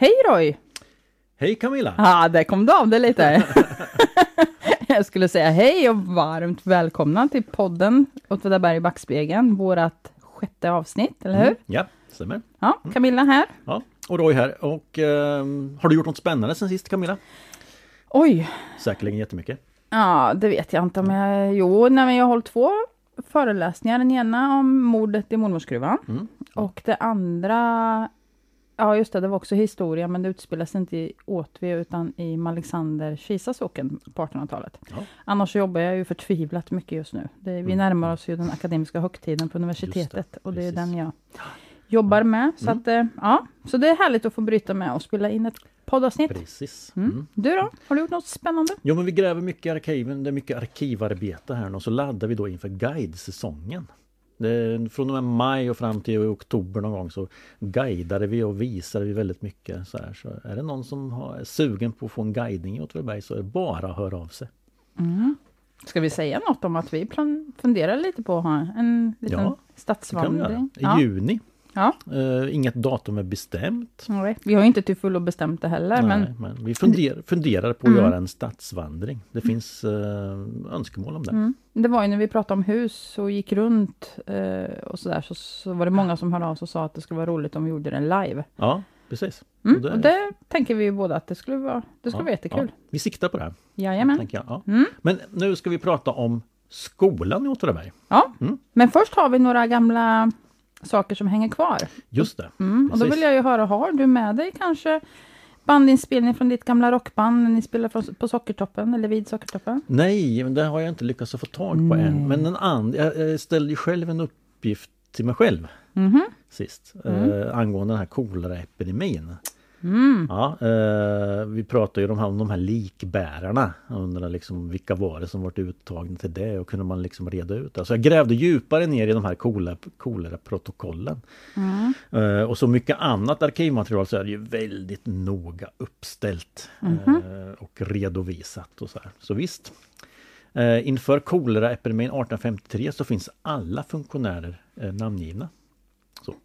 Hej Roy! Hej Camilla! Ja, där kom du av det lite. Jag skulle säga hej och varmt välkomna till podden Åtvidaberg i backspegeln, vårat 6:e avsnitt, eller hur? Ja, stämmer. Ja, Camilla här. Ja, och Roy här. Och har du gjort något spännande sen sist, Camilla? Oj! Säkerligen jättemycket. Ja, det vet jag inte om jag... Jo, men jag har hållit 2 föreläsningar. Den ena om mordet i Mormorsgruvan. Och det andra... Ja, just det var också historia, men det utspelas inte i Åtvi utan i Alexander Kisas socken på 1800-talet. Ja. Annars så jobbar jag ju förtvivlat mycket just nu. Vi närmar oss ju den akademiska högtiden på universitetet och det är den jag jobbar med. Så att, ja, så det är härligt att få bryta med och spela in ett poddavsnitt. Precis. Du då? Har du gjort något spännande? Jo, men vi gräver mycket i arkiven. Det är mycket arkivarbete här nu. Och så laddar vi då inför guidesäsongen. Från och med maj och fram till oktober någon gång så guidade vi och visade vi väldigt mycket. Så är det någon som är sugen på att få en guidning i Åtvidaberg så är det bara att höra av sig. Ska vi säga något om att vi funderar lite på att ha en liten stadsvandring? I juni. Ja. Inget datum är bestämt. Nej, vi har ju inte till fullo bestämt det heller. Nej, men vi funderar på att göra en stadsvandring. Det finns önskemål om det. Det var ju när vi pratade om hus och gick runt och sådär så var det många som hörde av sig och sa att det skulle vara roligt om vi gjorde den live. Ja, precis. Och det tänker vi ju båda att det skulle vara jättekul. Ja. Vi siktar på det här. Jajamän. Men nu ska vi prata om skolan i Åtvidaberg. Ja, men först har vi några gamla saker som hänger kvar. Just det. Och då vill jag ju höra, har du med dig kanske bandinspelning från ditt gamla rockband när ni spelar på Sockertoppen eller vid Sockertoppen? Nej, men det har jag inte lyckats få tag på än. Men jag ställde ju själv en uppgift till mig själv sist angående den här koleraepidemin. Ja, vi pratade ju om de här likbärarna. Jag undrar liksom vilka var det som varit uttagna till det och kunde man liksom reda ut det. Så jag grävde djupare ner i de här koleraprotokollen. Och så mycket annat arkivmaterial så är det ju väldigt noga uppställt och redovisat och så här. Så visst. Inför koleraepidemin 1853 så finns alla funktionärer namngivna. Så.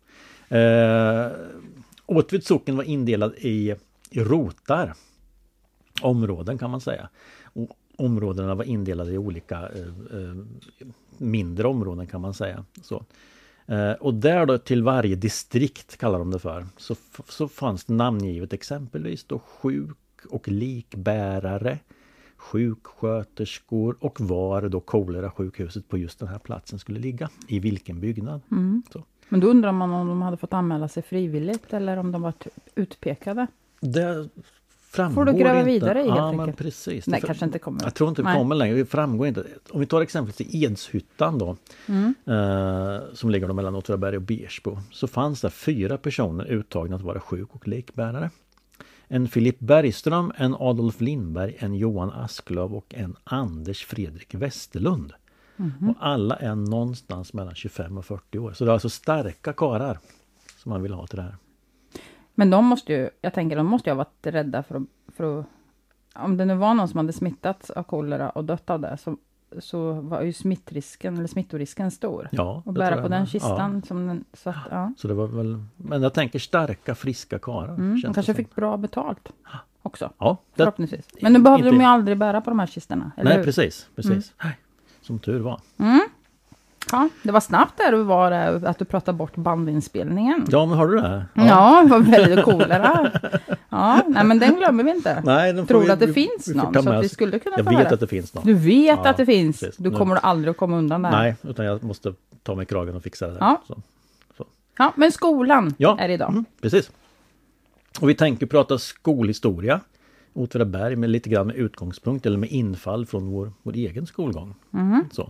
Åtvid socken var indelad i rotar, områden kan man säga. Och områdena var indelade i olika mindre områden kan man säga. Så. Och där då till varje distrikt kallar de det för så fanns det namngivet exempelvis då sjuk- och likbärare, sjuksköterskor och var då kolera-sjukhuset på just den här platsen skulle ligga, i vilken byggnad. Så. Men då undrar man om de hade fått anmäla sig frivilligt eller om de var utpekade. Det framgår får du gräva inte. Vidare i helt enkelt. Men precis. Nej, kanske inte kommer. Jag tror inte det kommer längre. Det framgår inte. Om vi tar exempelvis i Edshyttan då, som ligger då mellan Åtvidaberg och Bersbo, så fanns det 4 personer uttagna att vara sjuk- och likbärare. En Filip Bergström, en Adolf Lindberg, en Johan Asklöv och en Anders Fredrik Westerlund. Och alla är någonstans mellan 25 och 40 år. Så det är alltså starka karar som man vill ha till det här. Men de måste ju ha varit rädda för att om det nu var någon som hade smittats av kolera och dött av det så var ju smittorisken stor. Ja, och bära på den kistan. Så det var väl, men jag tänker starka, friska karar. De kanske fick bra betalt också. Ja, förhoppningsvis. Men nu behövde de ju aldrig bära på de här kistorna. Eller nej, hur? precis. Som tur var. Ja, det var snabbt där du var att du pratade bort bandinspelningen. Ja, men har du det? Ja, det var väldigt kolera. Ja, nej, men den glömmer vi inte. Nej, tror du att det finns någon så att vi skulle kunna Jag vet att det finns någon. Du vet att det finns. Precis. Du kommer aldrig att komma undan där. Nej, utan jag måste ta mig kragen och fixa det där. Ja, ja men skolan är idag. Precis. Och vi tänker prata skolhistoria. Åtvidaberg med lite grann med utgångspunkt eller med infall från vår egen skolgång. Så.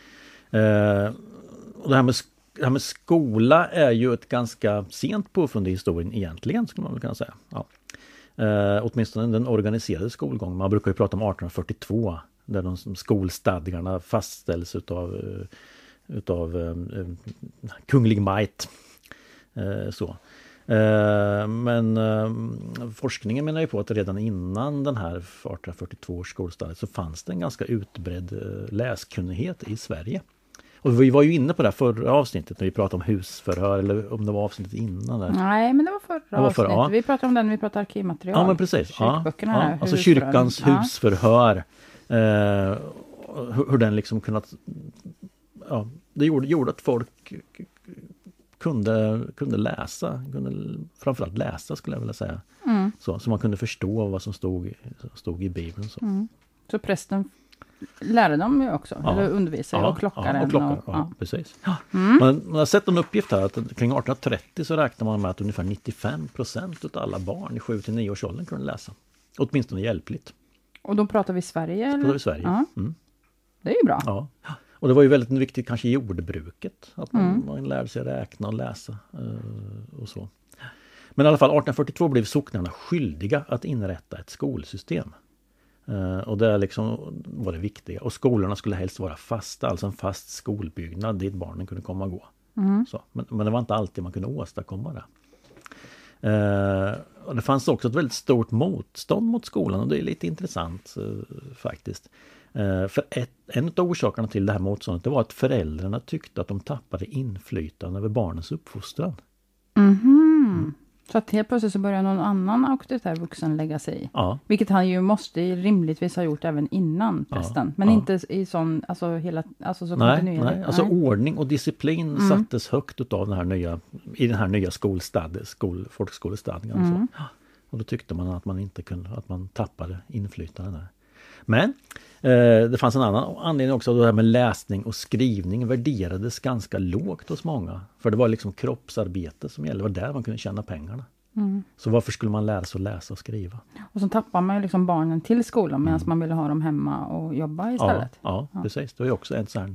Och det här med skola är ju ett ganska sent påfund i historien egentligen, skulle man väl kunna säga. Ja. Åtminstone den organiserade skolgången. Man brukar ju prata om 1842 där de skolstadgarna fastställs utav kunglig might. Så. Men forskningen menar ju på att redan innan den här 1842 års skolstadga så fanns det en ganska utbredd läskunnighet i Sverige. Och vi var ju inne på det här förra avsnittet när vi pratade om husförhör, eller om det var avsnittet innan där. Nej, men det var förra avsnittet. Ja. Vi pratade om den, vi pratade arkivmaterial. Ja, men precis. Kyrkböckerna där, alltså kyrkans husförhör. Hur den liksom kunnat... Ja, det gjorde att folk kunde läsa. Framförallt läsa, skulle jag vilja säga. Så man kunde förstå vad som stod i Bibeln. Så prästen lärde dem ju också, eller undervisade och klockaren. Precis. Man har sett en uppgift här att kring 1830 så räknar man med att ungefär 95% av alla barn i 7-9 års åldern kunde läsa. Åtminstone hjälpligt. Och då pratar vi i Sverige? Eller? Pratar vi i Sverige. Ja. Det är ju bra. Ja. Och det var ju väldigt viktigt kanske i jordbruket. Att man lärde sig räkna och läsa och så. Men i alla fall 1842 blev socknarna skyldiga att inrätta ett skolsystem. Och det liksom var det viktiga. Och skolorna skulle helst vara fasta, alltså en fast skolbyggnad dit barnen kunde komma och gå. Så. Men det var inte alltid man kunde åstadkomma det. Och det fanns också ett väldigt stort motstånd mot skolan, och det är lite intressant faktiskt. För en av orsakerna till det här motståndet, det var att föräldrarna tyckte att de tappade inflytande över barnens uppfostran. Så att helt plötsligt så börjar någon annan auktoritär vuxen lägga sig i. Ja. Vilket han ju måste rimligtvis ha gjort även innan prästen. Men inte i sån, så kontinuerligt. Nej. Alltså ordning och disciplin sattes högt utav den här nya folkskolestadgan. Och då tyckte man att man inte kunde, att man tappade inflytande där. Men det fanns en annan anledning också, det här med läsning och skrivning värderades ganska lågt hos många. För det var liksom kroppsarbete som gällde, det var där man kunde tjäna pengarna. Så varför skulle man lära sig att läsa och skriva? Och så tappar man ju liksom barnen till skolan medan man ville ha dem hemma och jobba istället. Ja, precis. Det var ju också en sån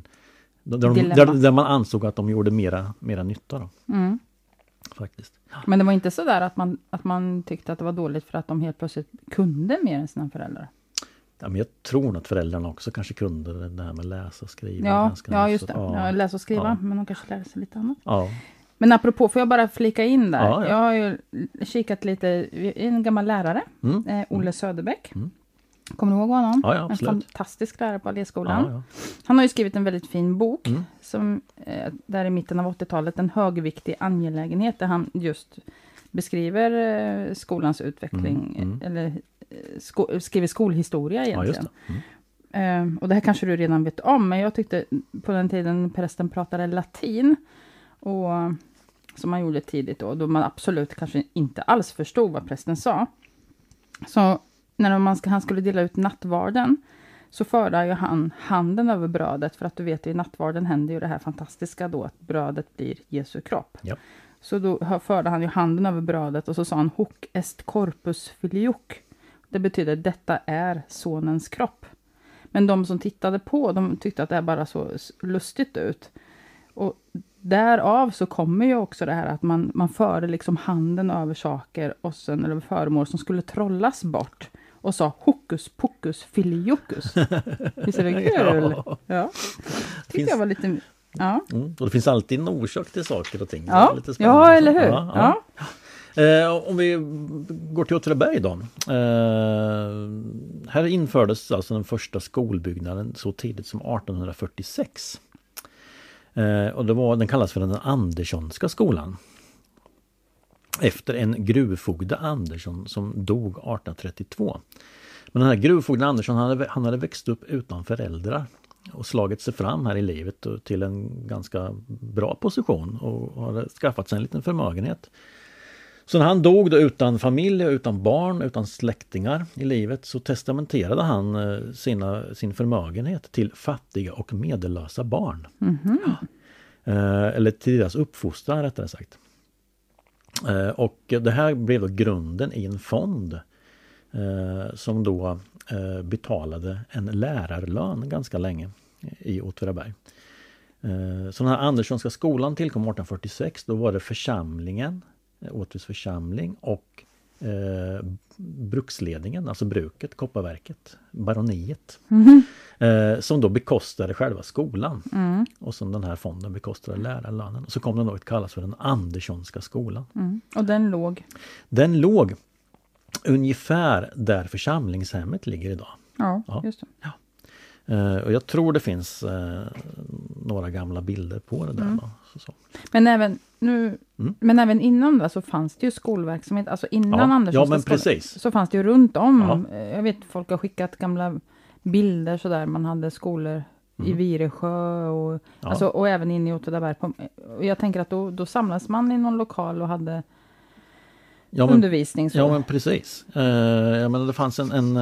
där man ansåg att de gjorde mera nytta då. Faktiskt. Men det var inte så där att man tyckte att det var dåligt för att de helt plötsligt kunde mer än sina föräldrar. Ja, men jag tror att föräldrarna också kanske kunde det här med läsa och skriva. Ja, just det. Ja, läsa och skriva, men de kanske lärde sig lite annat. Ja. Men apropå, får jag bara flika in där? Ja. Jag har ju kikat lite, en gammal lärare, Olle Söderbäck. Kommer du ihåg honom? Ja, absolut. En fantastisk lärare på Alléskolan. Ja. Han har ju skrivit en väldigt fin bok som där i mitten av 80-talet, en högviktig angelägenhet, där han just beskriver skolans utveckling, eller skriver skolhistoria egentligen. Och det här kanske du redan vet om, men jag tyckte på den tiden prästen pratade latin, och som man gjorde tidigt då man absolut kanske inte alls förstod vad prästen sa. Så när han skulle dela ut nattvarden, så förde ju han handen över brödet, för att du vet, i nattvarden händer ju det här fantastiska då, att brödet blir Jesu kropp. Ja. Så då förde han ju handen över brödet, och så sa han hoc est corpus filioque. Det betyder detta är sonens kropp. Men de som tittade på, de tyckte att det bara så lustigt ut. Och därav så kommer ju också det här att man förde liksom handen över saker och sen, eller föremål som skulle trollas bort. Och sa hokus pokus filiokus. Visst är det kul? Ja. Tyckte jag var lite... Ja. Och det finns alltid en orsak till saker och ting. Ja, lite ja, eller hur? Ja. Om vi går till Åtvidaberg då. Här infördes alltså den första skolbyggnaden så tidigt som 1846. Och den kallas för den Anderssonska skolan. Efter en gruvfogde Andersson som dog 1832. Men den här gruvfogden Andersson, han hade växt upp utan föräldrar och slagit sig fram här i livet till en ganska bra position och hade skaffat sig en liten förmögenhet. Så när han dog då utan familj, utan barn, utan släktingar i livet, så testamenterade han sin förmögenhet till fattiga och medellösa barn. Eller till deras uppfostran rättare sagt. Och det här blev då grunden i en fond som då betalade en lärarlön ganska länge i Åtvidaberg. Så den här Anderssonska skolan tillkom 1846. Då var det församlingen, Åtvids församling, och bruksledningen, alltså bruket, Kopparverket, baroniet, som då bekostade själva skolan. Och som den här fonden bekostade lärarlönen. Och så kom den då att kallas för den Anderssonska skolan. Och den låg? Den låg ungefär där församlingshemmet ligger idag. Ja, just det. Ja. Och jag tror det finns några gamla bilder på det där. Då, så. Men även innan det så fanns det ju skolverksamhet. Alltså innan Anderssons precis. Så fanns det ju runt om. Ja. Jag vet folk har skickat gamla bilder så där. Man hade skolor i Viresjö och, alltså, och även inne i Åtvidaberg. Jag tänker att då samlas man i någon lokal och hade undervisning. Så. Ja men precis. Jag menar det fanns en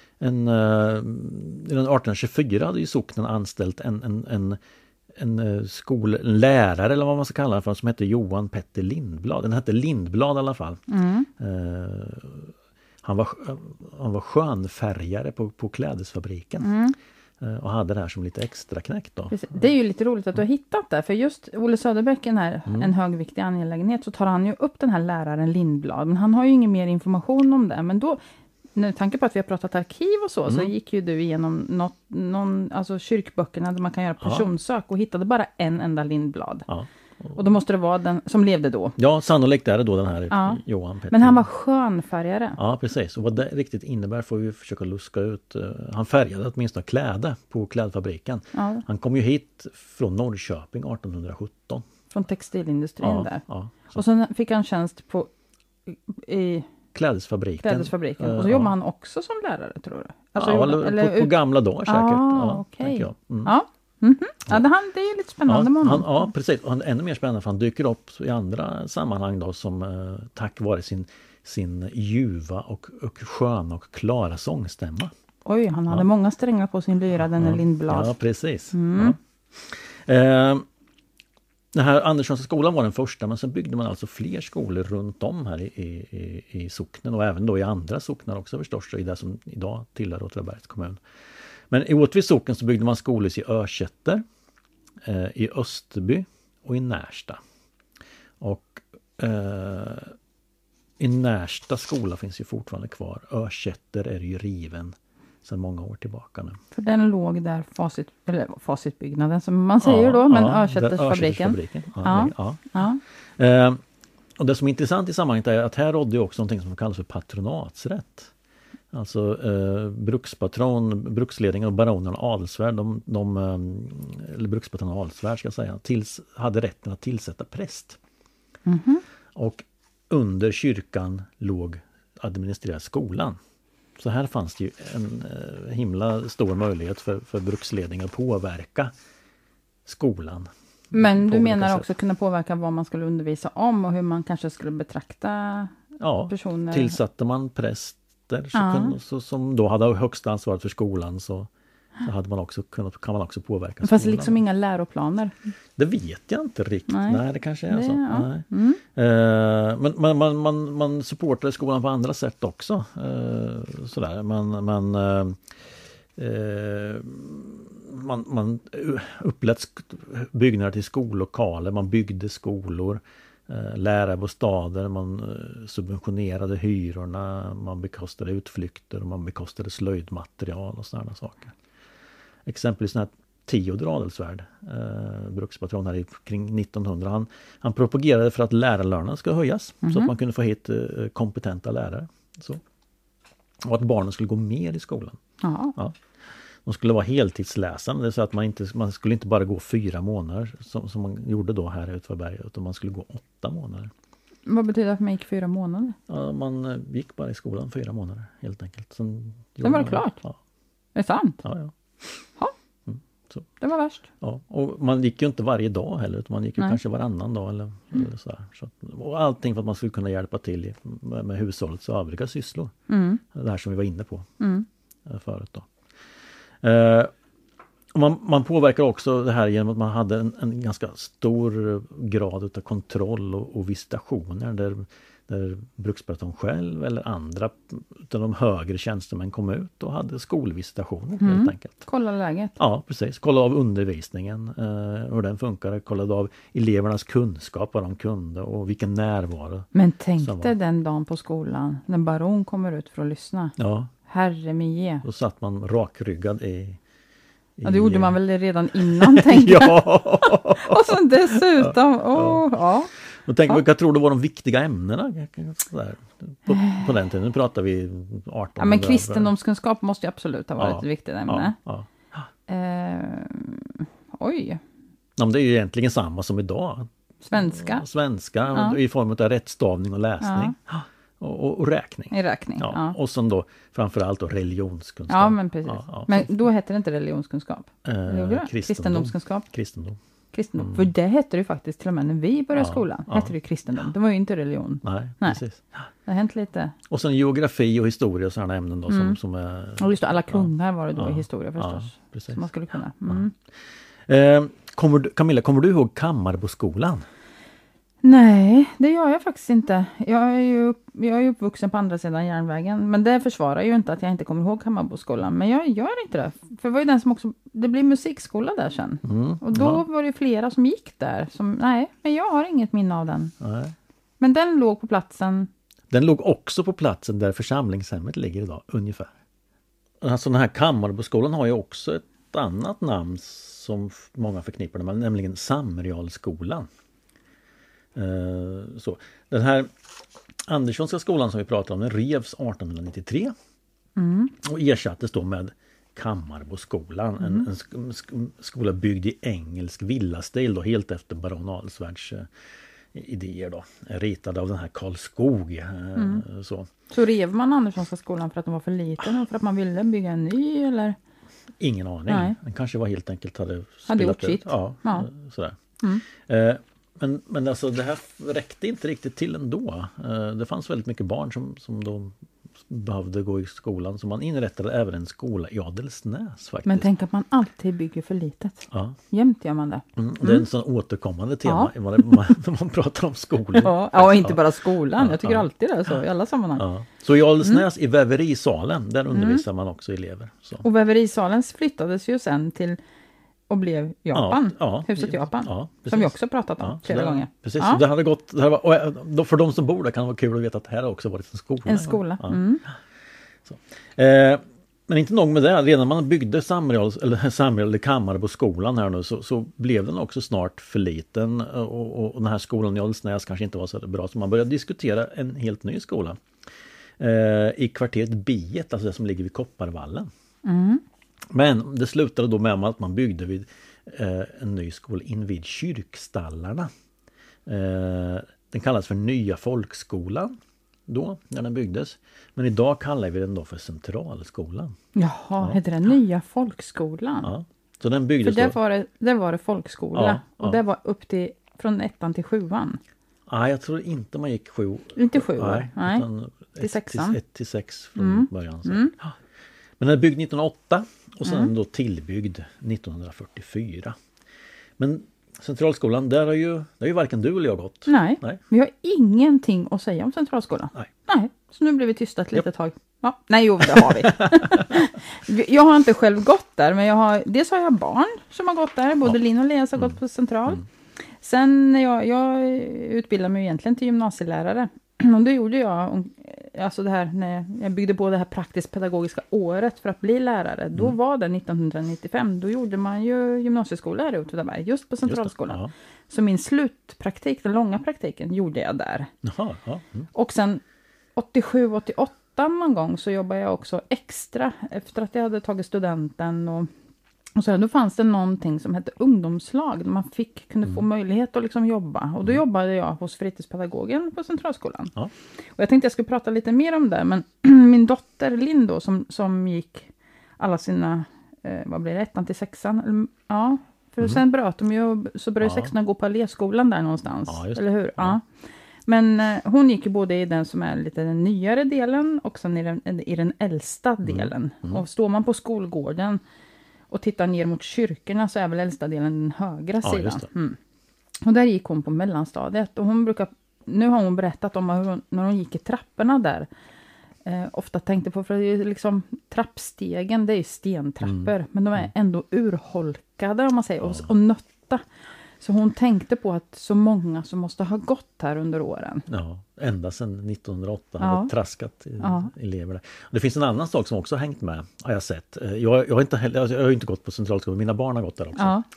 1824 hade ju socknen anställt en skollärare eller vad man ska kalla det som hette Johan Petter Lindblad. Den hette Lindblad i alla fall. Han var skönfärgare på klädesfabriken. Och hade det här som lite extra knäckt då. Precis. Det är ju lite roligt att du har hittat det. För just Olle Söderbäcken här, en högviktig angelägenhet, så tar han ju upp den här läraren Lindblad. Men han har ju ingen mer information om det. Men då, med tanke på att vi har pratat arkiv och så gick ju du igenom alltså kyrkböckerna där man kan göra personsök och hittade bara en enda Lindblad. Ja. Och då måste det vara den som levde då. Ja, sannolikt är det då den här Johan Petter. Men han var skönfärgare. Ja, precis. Och vad det riktigt innebär får vi försöka luska ut. Han färgade åtminstone kläder på klädfabriken. Ja. Han kom ju hit från Norrköping 1817. Från textilindustrin där. Ja, och sen fick han tjänst i klädesfabriken. Och så jobbade han också som lärare, tror du? Alltså, eller på gamla dagar säkert. Okej. Ja. Ja, det är ju lite spännande med honom. Ja, precis. Och han är ännu mer spännande för han dyker upp i andra sammanhang då som tack vare sin ljuva och sköna och klara sångstämma. Oj, han hade många strängar på sin lyra, den Lindblad. Ja, precis. Den här Anderssons skolan var den första, men sen byggde man alltså fler skolor runt om här i socknen och även då i andra socknar också förstås, i det som idag tillhör Åtvidabergs kommun. Men i Åtvids socken så byggde man skolor i Örsätter, i Österby och i Närsta. Och i Närsta skola finns ju fortfarande kvar. Örsätter är ju riven sedan många år tillbaka nu. För den låg där facitbyggnaden som man säger då, men Örsättersfabriken. Och det som är intressant i sammanhanget är att här rådde ju också någonting som kallas för patronatsrätt. Alltså bruksledningen och baronen Adelsvärd, eller brukspatron Adelsvärd ska jag säga, hade rätten att tillsätta präst. Och under kyrkan låg administrerad skolan. Så här fanns det ju en himla stor möjlighet för bruksledningen att påverka skolan. Men du menar också kunna påverka vad man skulle undervisa om och hur man kanske skulle betrakta personer? Tillsatte man präst som då hade högsta ansvaret för skolan så hade man också kan man också påverka skolan. Fast liksom inga läroplaner? Det vet jag inte riktigt. Nej det kanske är så. Men man supportade skolan på andra sätt också. Sådär. Man upplät byggnader till skollokaler, man byggde skolor, lärarbostäder, man subventionerade hyrorna, man bekostade utflykter och man bekostade slöjdmaterial och sådana saker. Exempelvis när Theodor Adelsvärd, brukspatron här kring 1900, han propagerade för att lärarlönerna ska höjas så att man kunde få hit kompetenta lärare. Så. Och att barnen skulle gå mer i skolan. Ja. De skulle vara heltidsläsande, så att man skulle inte bara gå 4 månader som man gjorde då här i Åtvidaberg, utan man skulle gå 8 månader. Vad betyder det att man gick 4 månader? Ja, man gick bara i skolan 4 månader helt enkelt. Sen var det klart? Ja. Är det sant? Ja. Så. Det var värst. Ja, och man gick ju inte varje dag heller, utan man gick ju kanske varannan dag eller sådär. Och allting för att man skulle kunna hjälpa till med hushållets övriga sysslor. Det här som vi var inne på förut då. Man påverkar också det här genom att man hade en ganska stor grad av kontroll och visitationer där brukspatron själv eller andra av de högre tjänstemän kom ut och hade skolvisitationer helt enkelt. Kolla läget. Ja, precis. Kolla av undervisningen, hur den funkar. Kolla av elevernas kunskap, vad de kunde och vilken närvaro. Men tänk dig den dagen på skolan när baron kommer ut för att lyssna. Ja. Herre mie. Då satt man rakryggad Ja, det gjorde man väl redan innan, tänker jag. Och sen dessutom, Och tänk, vilka tror du var de viktiga ämnena på den tiden? Nu pratar vi 1800. Ja, men kristendomskunskap måste ju absolut ha varit ett viktigt ämne. Oj. Ja, men det är ju egentligen samma som idag. Svenska i form av rättstavning och läsning. Ja. Och räkning. I räkning, ja. Och sen då framförallt då religionskunskap. Ja, men precis. Men då hette det inte religionskunskap? Kristendomskunskap. Kristendom. För det hette det faktiskt till och med när vi började skolan. Hette det kristendom. Det var ju inte religion. Nej, precis. Det har hänt lite. Och sen geografi och historia och sådana ämnen då som är... Och just det, alla kungar var det då i historia förstås. Precis. Som man skulle kunna. Camilla, kommer du ihåg Kammarboskolan? Nej, det gör jag faktiskt inte. Jag är ju uppvuxen på andra sidan järnvägen. Men det försvarar ju inte att jag inte kommer ihåg Kammarboskolan. Men jag gör inte det. För det var ju den som också... Det blev musikskola där sen. Och då var det flera som gick där. Men jag har inget minne av den. Nej. Men den låg på platsen... Den låg också på platsen där församlingshemmet ligger idag, ungefär. Alltså den här Kammarboskolan har ju också ett annat namn som många förknippar med, nämligen Samrealskolan. Så. Den här Anderssonska skolan som vi pratar om, den revs 1893 och ersattes då med Kammarboskolan, en skola byggd i engelsk villastil då, helt efter baron Alsvärds idéer då, ritade av den här Karl Skog. Så rev man Anderssonska skolan för att den var för liten och för att man ville bygga en ny, eller? Ingen aning. Nej. Den kanske var helt enkelt hade gjort sitt. Ja. Sådär. Men alltså det här räckte inte riktigt till ändå. Det fanns väldigt mycket barn som då behövde gå i skolan, så man inrättade även en skola i Adelsnäs faktiskt. Men tänk att man alltid bygger för litet. Ja. Jämt gör man det. Det är en sån återkommande tema när man pratar om skolor. Ja, inte bara skolan. Jag tycker alltid det är så i alla sammanhang. Ja. Så i Adelsnäs i väverisalen, där undervisar man också elever. Så. Och väverisalen flyttades ju sen till och blev Japan. Huset Japan. Som vi också pratat om flera gånger. Precis, så det hade gått, och för de som bor där kan det vara kul att veta att här har också varit en skola. En skola. Så. Men inte nog med det, redan man byggde Samreal Kammarboskolan här nu så blev den också snart för liten, och den här skolan i Adelsnäs kanske inte var så bra, så man började diskutera en helt ny skola i kvarteret Biet, alltså det som ligger vid Kopparvallen. Men det slutade då med att man byggde vid en ny skola invid kyrkstallarna. Den kallas för Nya folkskolan då, när den byggdes. Men idag kallar vi den då för Centralskolan. Jaha, heter den Nya folkskolan? Ja, så den byggdes för där var det folkskola. Och det var upp till från 1:an till 7:an. Nej, jag tror inte man gick 7. Inte 7 år, nej. Till 6:an. 1-6 från början. Men den är byggd 1908 och sen då tillbyggd 1944. Men Centralskolan, där har ju varken du eller jag gått. Nej. Vi har ingenting att säga om Centralskolan. Nej. Så nu blir vi tysta ett litet tag. Ja. Nej, jo, det har vi. Jag har inte själv gått där, men dels har jag barn som har gått där. Både Linn och Leas har gått på Central. Sen jag utbildade mig egentligen till gymnasielärare. Och det gjorde jag, alltså det här, när jag byggde på det här praktiskt pedagogiska året för att bli lärare. Då var det 1995, då gjorde man ju gymnasieskola här i Åtvidaberg, just på Centralskolan. Så min slutpraktik, den långa praktiken, gjorde jag där. Och sen 87-88 någon gång så jobbade jag också extra efter att jag hade tagit studenten och så då fanns det någonting som hette ungdomslag där man kunde få möjlighet att liksom jobba. Och då jobbade jag hos fritidspedagogen på Centralskolan. Och jag tänkte jag skulle prata lite mer om det. Men min dotter Linn då, som gick alla sina, vad blir det, 1:an till 6:an? Ja, för sen bröt de ju, så började 6:an gå på Alléskolan där någonstans. Eller hur? Ja. Men hon gick ju både i den som är lite den nyare delen och sen i den äldsta delen. Och står man på skolgården och tittar ner mot kyrkorna så är väl äldsta delen den högra sidan. Och där gick hon på mellanstadiet. Och nu har hon berättat om hur när hon gick i trapporna där. Ofta tänkte på, för det är liksom trappstegen, det är ju stentrappor. Men de är ändå urholkade om man säger, och nötta. Så hon tänkte på att så många som måste ha gått här under åren. Ja, ända sedan 1908 har det traskat elever där. Det finns en annan sak som också har hängt med, har jag sett. Jag har inte gått på Centralskolan, mina barn har gått där också.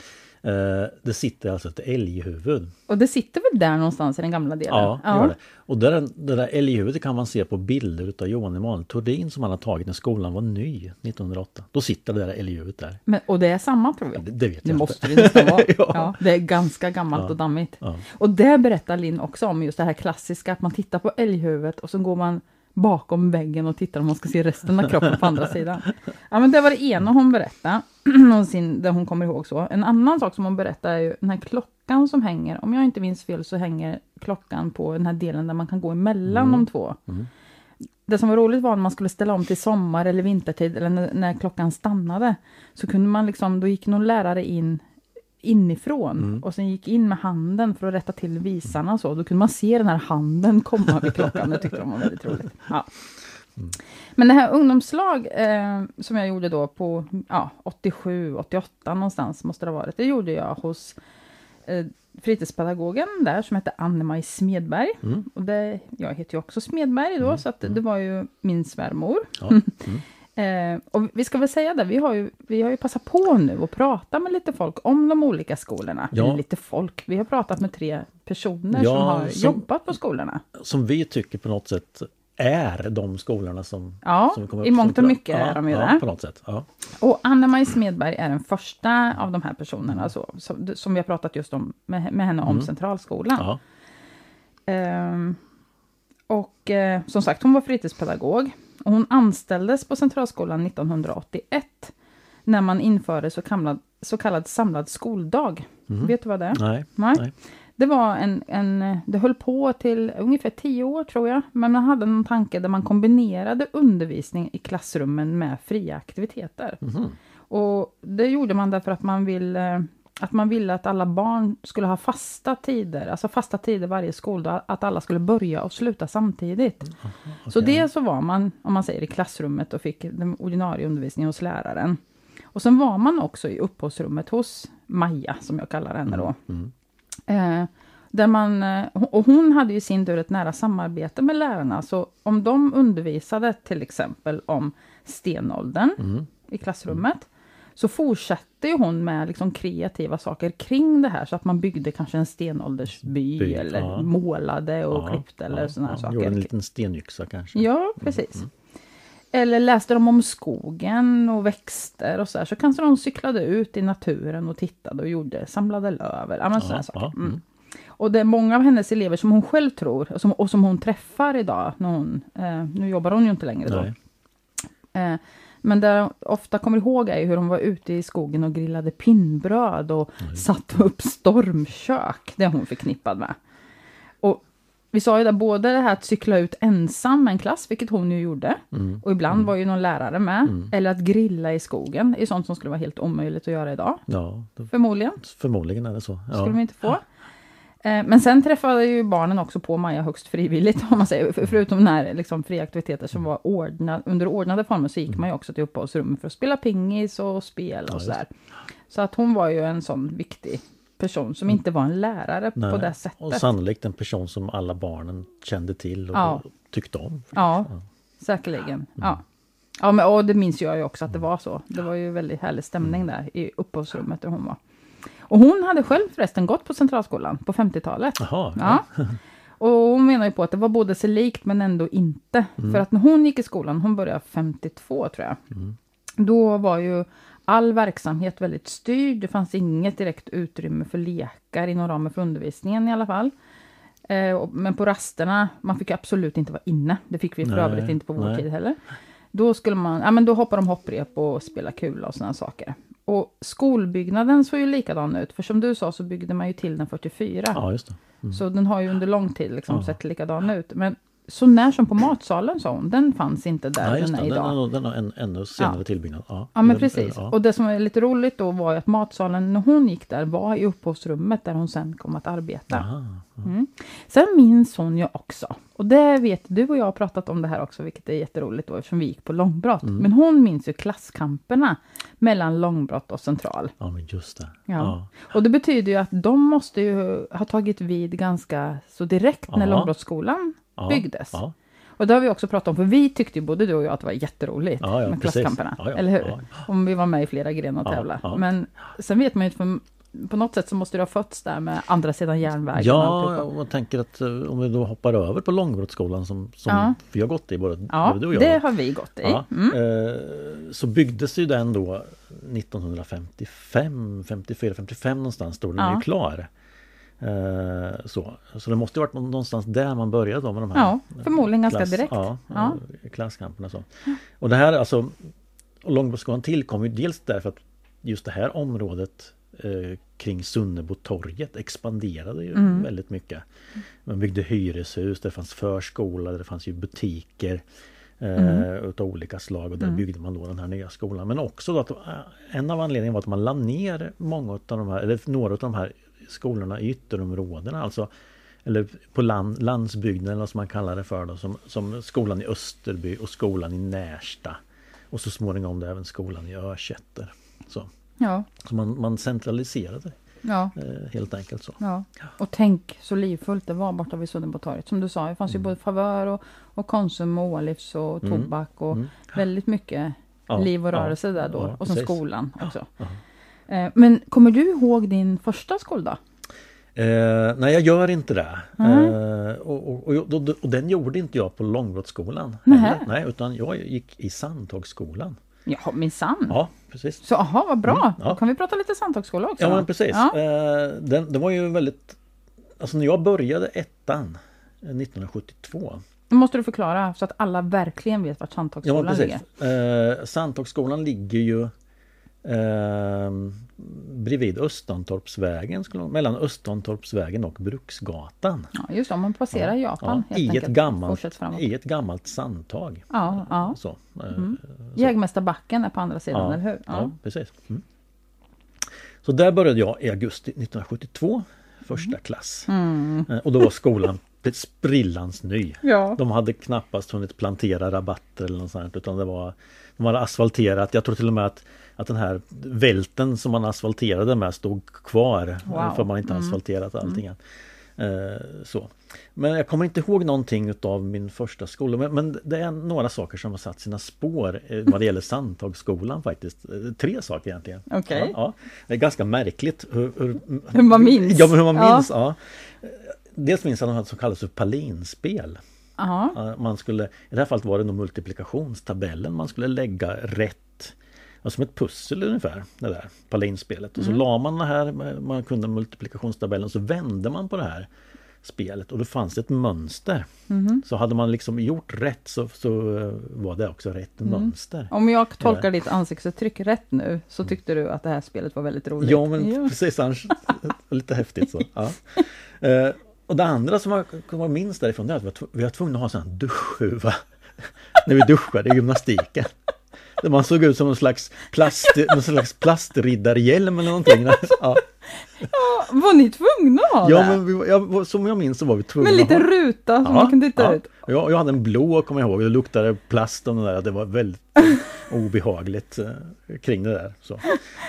Det sitter alltså ett älghuvud. Och det sitter väl där någonstans i den gamla delen? Ja, det gör det. Och det där älghuvudet kan man se på bilder av Johan Emanuel Thordin som han har tagit när skolan var ny 1908. Då sitter det där älghuvudet där. Och det är samma, tror jag. Det vet jag det inte. Måste det nästan vara. Ja. Ja, det är ganska gammalt och dammigt. Ja. Och det berättar Linn också om, just det här klassiska, att man tittar på älghuvudet och så går man bakom väggen och tittar om man ska se resten av kroppen på andra sidan. Ja, men det var det ena hon berättade, där hon kommer ihåg så. En annan sak som hon berättar är ju den här klockan som hänger. Om jag inte minns fel så hänger klockan på den här delen där man kan gå emellan de två. Mm. Det som var roligt var när man skulle ställa om till sommar eller vintertid, eller när klockan stannade, så kunde man liksom, då gick någon lärare inifrån och sen gick in med handen för att rätta till visarna och så. Då kunde man se den här handen komma vid klockan. Det tyckte de var väldigt roligt. Ja. Men det här ungdomslag som jag gjorde då på 87, 88 någonstans måste det ha varit. Det gjorde jag hos fritidspedagogen där som hette Anne-Maj Smedberg. Och jag heter ju också Smedberg då, så att det var ju min svärmor. Ja. Och vi ska väl säga det, vi har ju passat på nu att prata med lite folk om de olika skolorna. Ja. Lite folk. Vi har pratat med 3 personer som har jobbat på skolorna. Som vi tycker på något sätt är de skolorna som vi kommer upp, i mångt och mycket är de ju det. På något sätt. Ja. Och Anne-Maj Smedberg är den första av de här personerna som vi har pratat just om med henne om Centralskolan. Ja. Som sagt, hon var fritidspedagog. Och hon anställdes på Centralskolan 1981 när man införde så kallad samlad skoldag. Vet du vad det är? Nej. Det var det höll på till ungefär 10 år tror jag. Men man hade någon tanke där man kombinerade undervisning i klassrummen med fria aktiviteter. Och det gjorde man därför att man ville att alla barn skulle ha fasta tider varje skoldag, att alla skulle börja och sluta samtidigt. Okay. Så det så var man, om man säger, i klassrummet och fick den ordinarie undervisningen hos läraren. Och sen var man också i uppehållsrummet hos Maja, som jag kallar henne då. Och hon hade ju sin tur ett nära samarbete med lärarna, så om de undervisade till exempel om stenåldern i klassrummet, så fortsatte ju hon med liksom kreativa saker kring det här, så att man byggde kanske en stenåldersby eller målade och klippte eller sådana här saker. Gjorde en liten stenyxa kanske. Ja, precis. Eller läste de om skogen och växter och så här, så kanske de cyklade ut i naturen och tittade och samlade löv. Sådana saker. Och det är många av hennes elever som hon själv tror och som hon träffar idag. Nu jobbar hon ju inte längre då. Men det jag ofta kommer ihåg är hur de var ute i skogen och grillade pinnbröd och satte upp stormkök. Det hon förknippad med. Och vi sa ju där både det här att cykla ut ensam med en klass, vilket hon ju gjorde. Och ibland var ju någon lärare med. Eller att grilla i skogen. Det är sånt som skulle vara helt omöjligt att göra idag. Ja, förmodligen är det så. Ja. Skulle vi inte få. Men sen träffade ju barnen också på Maja högst frivilligt, om man säger. Förutom den här liksom, fria aktiviteter som var under ordnade former, så gick man ju också till uppehållsrum för att spela pingis och spela och sådär. Så att hon var ju en sån viktig person som inte var en lärare på det sättet. Och sannolikt en person som alla barnen kände till och tyckte om. Ja, säkerligen. Och det minns jag ju också att det var så. Det var ju väldigt härlig stämning där i uppehållsrummet där hon var. Och hon hade själv förresten gått på Centralskolan på 50-talet. Ja. Och hon menar ju på att det var både så likt men ändå inte. För att när hon gick i skolan, hon började 52 tror jag. Då var ju all verksamhet väldigt styrd. Det fanns inget direkt utrymme för lekar inom ramen för undervisningen i alla fall. Men på rasterna, man fick absolut inte vara inne. Det fick vi för övrigt inte på vår tid heller. Då skulle man, då hoppade de hopprep och spela kula och sådana saker. Och skolbyggnaden såg ju likadan ut. För som du sa så byggde man ju till den 44. Ja, just det. Så den har ju under lång tid liksom sett likadan ut. Men så när som på matsalen sa hon, den fanns inte där den är idag. Den har en ännu senare tillbyggnad. Ja, men precis. Och det som är lite roligt då var ju att matsalen när hon gick där var i upphovsrummet där hon sen kom att arbeta. Sen minns hon ju också, och det vet du och jag har pratat om det här också, vilket är jätteroligt då eftersom vi gick på långbrott. Men hon minns ju klasskamperna mellan långbrott och central. Ja, men just det. Ja. Och det betyder ju att de måste ju ha tagit vid ganska så direkt när långbrottsskolan byggdes. Ja. Och det har vi också pratat om, för vi tyckte ju både du och jag att det var jätteroligt med klasskamperna. Eller hur? Om vi var med i flera grenar och tävla. Men sen vet man ju, för på något sätt så måste du ha fötts där med andra sidan järnvägen. Ja, och jag tänker att om vi då hoppar över på Långbrottsskolan som vi har gått i, både du och jag. Det har vi gått i. Ja, så byggdes ju den då 1955, 54, 55 någonstans, då den är ju klar. Så det måste ju varit någonstans där man började då med de här. Ja, förmodligen ganska direkt. Klasskamperna så. Och det här alltså, Långbrottsskolan tillkom ju dels därför att just det här området kring Sunnebotorget expanderade ju väldigt mycket. Man byggde hyreshus, det fanns förskola, det fanns ju butiker utav olika slag, och där byggde man då den här nya skolan. Men också då att en av anledningarna var att man la ner många av de här, eller några av de här skolorna i ytterområdena, alltså eller på landsbygden eller vad man kallar det för då, som skolan i Österby och skolan i Närsta, och så småningom det även skolan i Örsätter. Så man centraliserade helt enkelt så. Ja. Och tänk så livfullt det var borta vid Sunnebotorget. Som du sa, det fanns ju både Favör och Konsum och Ålivs och tobak och väldigt mycket liv och rörelse där då. Och sen skolan också. Men kommer du ihåg din första skoldag? Nej, jag gör inte det. Och den gjorde inte jag på Långbrottsskolan. Nej, utan jag gick i Sandhagsskolan. Ja, minsann. Ja, precis. Så vad bra. Då kan vi prata lite Sandhagsskola också. Ja, men precis. Ja. Den var ju väldigt... Alltså när jag började ettan 1972. Nu måste du förklara så att alla verkligen vet vart Sandhagsskolan ligger. Sandhagsskolan ligger ju bredvid Östantorpsvägen, mellan Östantorpsvägen och Bruksgatan. Ja, just det, om man passerar Japan i ett gammalt sandtag. Så, Jägmästarbacken är på andra sidan, eller hur? Ja, precis. Så där började jag i augusti 1972, första klass. Och då var skolan sprillans ny. De hade knappast hunnit plantera rabatter eller något sånt, utan de hade asfalterat. Jag tror till och med att den här välten som man asfalterade med stod kvar för man inte asfalterat allting. Så. Men jag kommer inte ihåg någonting av min första skola, men det är några saker som har satt sina spår vad det gäller Sandhagsskolan faktiskt. 3 saker egentligen. Okay. Det är ganska märkligt hur man minns. Ja, men hur man minns, Dels minns jag något som kallas för palinspel. Man skulle, i det här fallet var det nog multiplikationstabellen man skulle lägga rätt, som ett pussel ungefär, det där palinspelet. Och så la man det här, man kunde multiplikationstabellen, så vände man på det här spelet och då fanns det ett mönster. Så hade man liksom gjort rätt så var det också rätt mönster. Om jag tolkar ditt ansiktsuttryck rätt nu, så tyckte du att det här spelet var väldigt roligt. Ja, men precis, annars lite häftigt så. Och det andra som jag minns därifrån, det är att vi var tvungna att ha sån här duschhuva när vi duschade i gymnastiken. Där man såg ut som någon slags plastriddarhjälm eller någonting. Var ni tvungna att ha det? Men som jag minns så var vi tvungna. Med lite ruta som man kunde titta ut. Jag hade en blå, kommer jag ihåg. Det luktade plast och det där. Det var väldigt obehagligt kring det där. Så.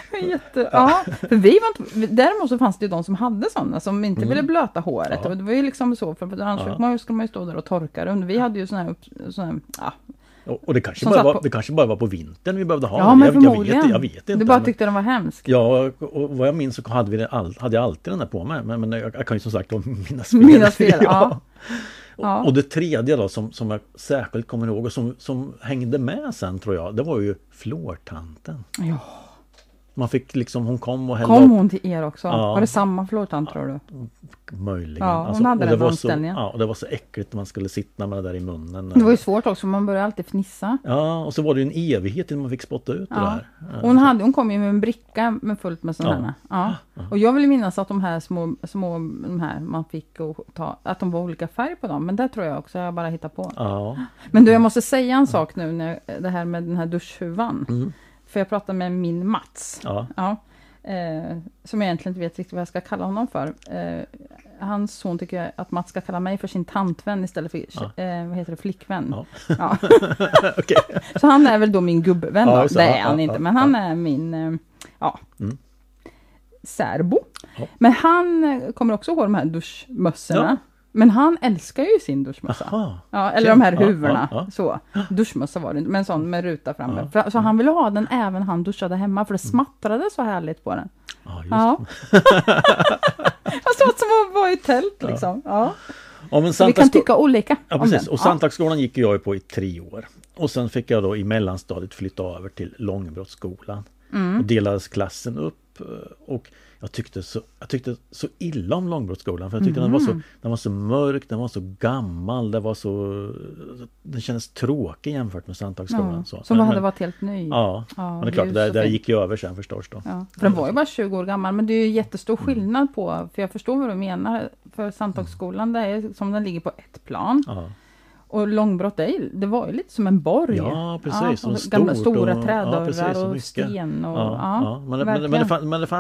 För däremot så fanns det ju de som hade sådana som inte ville blöta håret. Och det var ju liksom så, för annars skulle man ju stå där och torka det. Vi hade ju såna här och det kanske bara var på vintern vi behövde ha. Ja, men förmodligen. Jag vet inte. Du bara tyckte den var hemsk. Ja, och vad jag minns så hade jag alltid den där på mig. Men jag kan ju som sagt minnas fel. Och det tredje då som jag särskilt kommer ihåg och som hängde med sen, tror jag, det var ju flårtanten. Ja. Man fick liksom, hon kom och Kom hon till er också? Var det samma flårtant, tror du? Möjligen. Ja, hon hade den omställningen. Och det var så äckligt när man skulle sitta med det där i munnen. Det var ju svårt också, man började alltid fnissa. Ja, och så var det ju en evighet innan man fick spotta ut det där. Hon kom ju med en bricka med fullt med sådana. Och jag vill minnas att de här små de här man fick ta, att de var olika färg på dem. Men det tror jag också, jag bara hittar på. Men du, jag måste säga en sak nu, när det här med den här duschhuvan. För jag pratade med min Mats. Som jag egentligen inte vet riktigt vad jag ska kalla honom för. Hans son tycker att Mats ska kalla mig för sin tantvän istället för vad heter det, flickvän. Okay. Så han är väl då min gubbvän då. Det är han inte, men han är min särbo. Men han kommer också ihåg de här duschmössorna. Men han älskar ju sin duschmössa. Eller de här huvorna. Så. Duschmössa var det inte, men sån med ruta framme. Så han ville ha den även han duschade hemma, för det smattrade så härligt på den. Ja, just Ja. Fast det var som att vara i tält liksom. Ja. Ja, men Så vi kan tycka olika Ja, om precis. den. Och Sandtagsskolan gick jag ju på i 3 år. Och sen fick jag då i mellanstadiet flytta över till Långbrottsskolan. Och delades klassen upp. Och jag tyckte så illa om Långbrottsskolan. För jag tyckte den var så mörk, den var så gammal. Den kändes tråkig jämfört med Sandtagsskolan. Ja, som hade varit helt ny. Ja, men det är klart, där gick jag över sen förstås då. Ja, för den var ju bara 20 år gammal, men det är ju jättestor skillnad på, för jag förstår vad du menar, för Sandtagsskolan, det är som den ligger på ett plan. Ja. Och Långbrott, det var ju lite som en borg. Ja, precis. Ja, gamla stora trädörrar precis, och mycket. sten. Och, Men det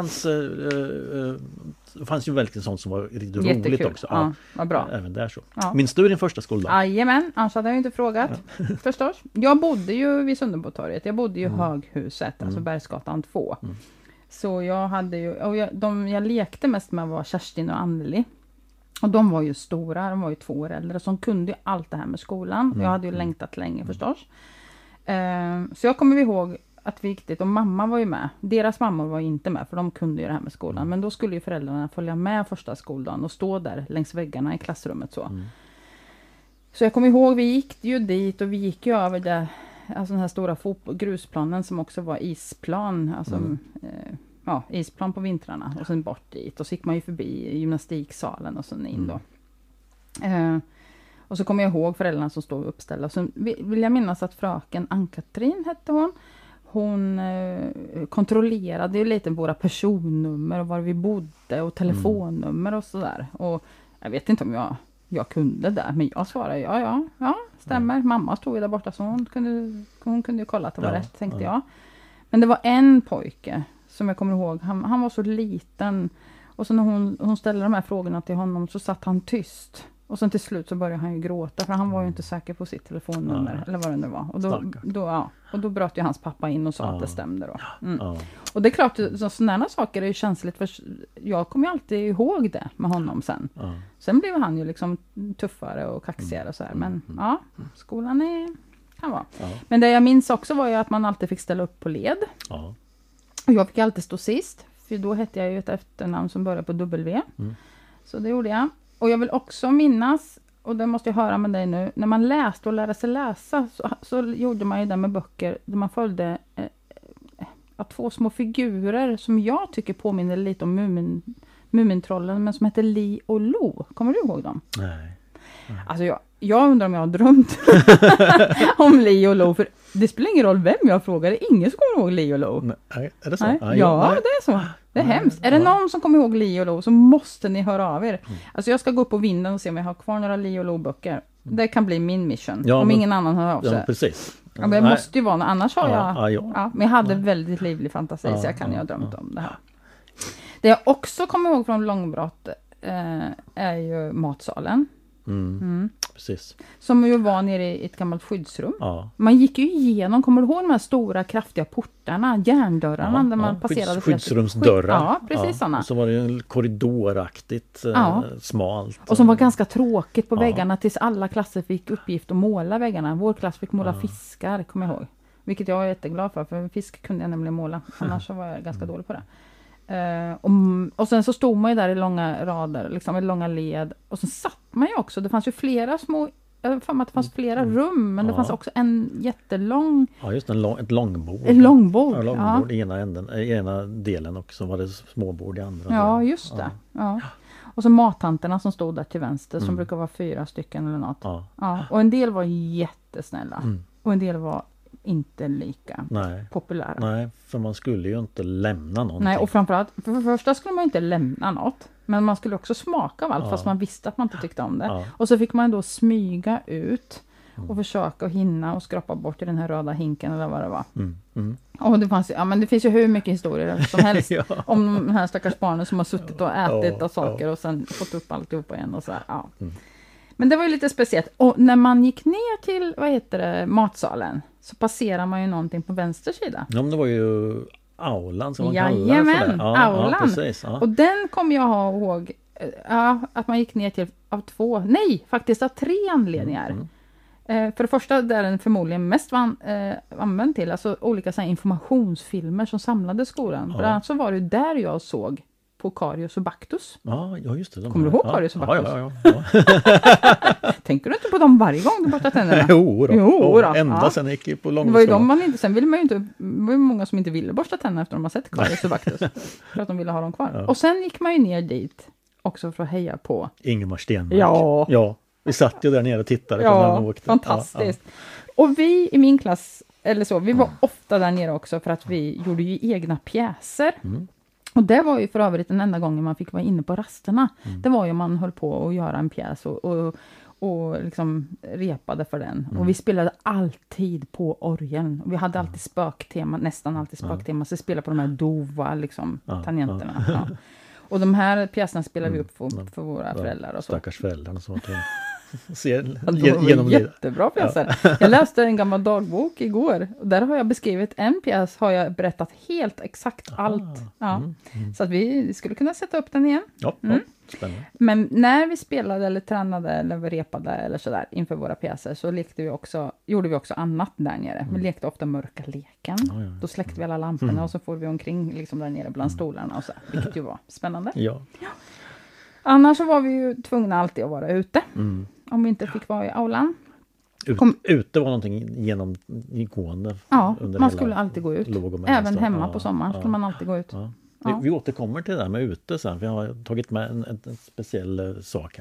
fanns ju väldigt sånt som var riktigt roligt också. Ja, vad bra. Även där så. Ja. Minns du din första skoldag? Jajamän, annars hade jag ju inte frågat. Förstås. Jag bodde ju vid Sunderbotorget. Jag bodde ju i Höghuset, alltså Bergsgatan 2. Så jag hade ju, och jag lekte mest med var Kerstin och Anneli. Och de var ju stora, de var ju 2 år äldre, så de kunde ju allt det här med skolan. Jag hade ju längtat länge förstås. Så jag kommer ihåg att vi gick dit, och mamma var ju med. Deras mamma var ju inte med, för de kunde ju det här med skolan. Men då skulle ju föräldrarna följa med första skoldagen och stå där längs väggarna i klassrummet så. Så jag kommer ihåg, vi gick ju dit och vi gick ju över det, alltså den här stora grusplanen som också var isplan. Alltså, isplan på vintrarna och sen bort dit. Och så gick man ju förbi gymnastiksalen och sen in då. Och så kommer jag ihåg föräldrarna som stod uppställda. Så vill jag minnas att fröken Ann-Katrin hette hon. Hon kontrollerade ju lite våra personnummer och var vi bodde och telefonnummer och sådär. Och jag vet inte om jag kunde det, men jag svarade ja, stämmer. Mamma stod ju där borta, så hon kunde ju kolla att det var rätt, tänkte jag. Men det var en pojke som jag kommer ihåg, han var så liten. Och så när hon ställde de här frågorna till honom så satt han tyst. Och sen till slut så började han ju gråta, för han var ju inte säker på sitt telefonnummer eller vad det nu var. Och då bröt ju hans pappa in och sa att det stämde då. Och det är klart, sådana saker är ju känsligt, för jag kommer ju alltid ihåg det med honom sen. Sen blev han ju liksom tuffare och kaxigare och så här. Men skolan kan vara. Men det jag minns också var ju att man alltid fick ställa upp på led. Och jag fick alltid stå sist, för då hette jag ju ett efternamn som började på W. Så det gjorde jag. Och jag vill också minnas, och det måste jag höra med dig nu, när man läste och lärde sig läsa så gjorde man ju det med böcker där man följde 2 små figurer som jag tycker påminner lite om Mumintrollen, men som heter Li och Lo. Kommer du ihåg dem? Nej. Alltså jag undrar om jag har drömt om Li och Lo, för det spelar ingen roll vem jag frågar, det är ingen som kommer ihåg Li och Lo. Nej, är det så? Nej. Ja, det är så. Det är hemskt. Är det någon som kommer ihåg Li och Lo så måste ni höra av er. Alltså jag ska gå upp på vinden och se om jag har kvar några Li och Lo-böcker. Det kan bli min mission, om ingen annan hör av sig. Ja, precis. Ja, men det måste ju vara, annars har men jag hade väldigt livlig fantasi, så jag kan ju ha drömt om det här. Det jag också kommer ihåg från Långbrott är ju matsalen. Precis. Som ju var nere i ett gammalt skyddsrum. Man gick ju igenom, kommer du ihåg de här stora kraftiga portarna, järndörrarna där man passerade skyddsrumsdörrar. Ja, precis sådana. Och så var det ju korridoraktigt smalt. Och som var ganska tråkigt på väggarna tills alla klasser fick uppgift att måla väggarna. Vår klass fick måla fiskar, kommer jag ihåg. Vilket jag är jätteglad för fisk kunde jag nämligen måla. Annars så var jag ganska dålig på det. Och sen så stod man ju där i långa rader, liksom i långa led, och så satt man ju också, det fanns ju flera små, jag har för mig att det fanns flera rum, men det fanns också en jättelång, just ett långbord. Ett långbord, i ena delen, och så var det småbord i andra. Ja, just det. Ja. Och så mattanterna som stod där till vänster, som brukar vara 4 stycken eller något. Och en del var jättesnälla, och en del var inte lika populära. Nej, för man skulle ju inte lämna någonting. Nej, och framförallt, för det första skulle man inte lämna något. Men man skulle också smaka av allt, fast man visste att man inte tyckte om det. Och så fick man då smyga ut och försöka hinna och skrapa bort i den här röda hinken eller vad det var. Och det finns ju hur mycket historier som helst om de här stackars barnen som har suttit och ätit och saker och sen fått upp alltihopa igen och så här. Men det var ju lite speciellt. Och när man gick ner till, matsalen, så passerar man ju någonting på vänster sida. Ja, men det var ju aulan som man kallade det. Aulan. Ja, precis, Och den kommer jag ha ihåg att man gick ner till av 3 anledningar. För det första, där den förmodligen mest använd till, alltså olika så här informationsfilmer som samlade skolan. Bland annat så var det där jag såg på Karius och Baktus. Ja, just det. Kommer du ihåg Karius och Baktus? Ja. Tänker du inte på dem varje gång du borstar tänderna? Jo då. då. Ända sen jag gick på långstadiet. Det var ju de man inte, sen ville man ju inte, det var ju många som inte ville borsta tänderna efter de har sett Karius och Baktus. För att de ville ha dem kvar. Och sen gick man ju ner dit också för att heja på Ingemar Stenmark. Ja. Vi satt ju där nere och tittade på när han åkte. Fantastiskt. Och vi i min klass, eller så, vi var ofta där nere också för att vi gjorde ju egna pjäser. Och det var ju för övrigt den enda gången man fick vara inne på rasterna. Det var ju man höll på att göra en pjäs och liksom repade för den. Och vi spelade alltid på orgeln. Och vi hade alltid spöktema, nästan alltid spöktema. Så vi spelade på de här dova liksom, tangenterna. Ja. Och de här pjäserna spelade vi upp för våra föräldrar. Och så. Stackars föräldrarna som var genom jättebra pjäser. Jag läste en gammal dagbok igår. Och där har jag beskrivit en pjäs. Har jag berättat helt exakt allt. Ja. Så att vi skulle kunna sätta upp den igen. Ja, spännande. Men när vi spelade eller tränade eller repade eller sådär inför våra pjäser så gjorde vi också annat där nere. Vi lekte ofta mörka leken. Då släckte vi alla lamporna och så får vi omkring liksom där nere bland stolarna och så. Vilket ju var spännande. Ja. Annars så var vi ju tvungna alltid att vara ute. Om vi inte fick vara i aulan. Ute var någonting genomgående. Ja, man skulle alltid gå ut. Även hemma på sommaren skulle man alltid gå ut. Ja. Vi återkommer till det där med ute sen. Vi har tagit med en speciell sak här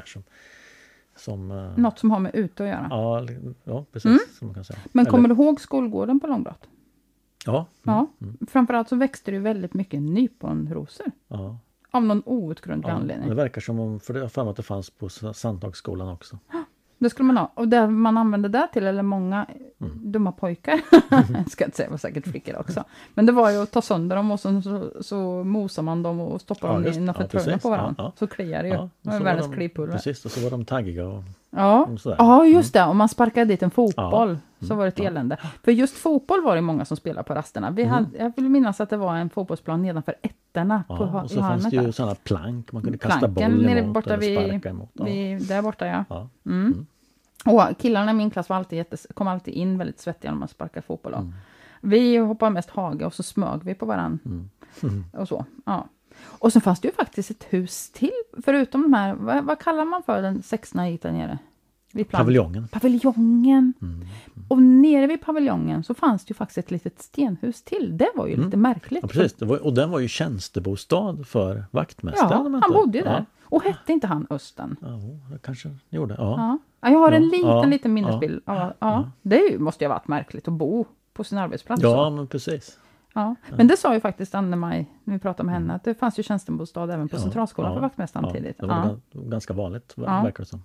som något som har med ute att göra. Ja precis. Som man kan säga. Men kommer du ihåg skolgården på Långbrott? Ja. Framförallt så växte det väldigt mycket nyponrosor. Ja. Av någon outgrundlig anledning. Det verkar som om, för det har för mig att det fanns på Sandhagsskolan också. Det skulle man ha. Och det man använde det till, eller många dumma pojkar, ska inte säga, var säkert flickor också. Men det var ju att ta sönder dem och så mosar man dem och stoppar dem innanför tröjorna på varandra. Så kliar det ju. Det var världens klipulver. Precis, och så var de taggiga och sådär. Ja, just det. Och man sparkade dit en fotboll. Så var det ett elände. För just fotboll var det många som spelade på rasterna. Jag vill minnas att det var en fotbollsplan nedanför ettorna. Och så fanns det ju sådana plank man kunde kasta bollen emot eller sparka emot. Där borta, ja. Och killarna i min klass kom alltid in väldigt svettiga när man sparkade fotboll. Vi hoppade mest hage och så smög vi på varann. Och så, ja. Och så fanns det ju faktiskt ett hus till. Förutom de här, vad kallar man för den sexna gick där nere? Paviljongen. Och nere vid paviljongen så fanns det ju faktiskt ett litet stenhus till. Det var ju lite märkligt. Ja, precis. Och den var ju tjänstebostad för vaktmästaren. Ja, han bodde ju där. Och hette inte han Östen? Ja, det kanske gjorde. Ja. Jag har en liten minnesbild. Det måste ju ha varit märkligt att bo på sin arbetsplats. Ja, men precis. Ja. Men det sa ju faktiskt Anne-Maj när vi pratade med henne att det fanns ju tjänstebostad även på centralskolan för vaktmästaren tidigt. Det var ganska vanligt, verkar det som.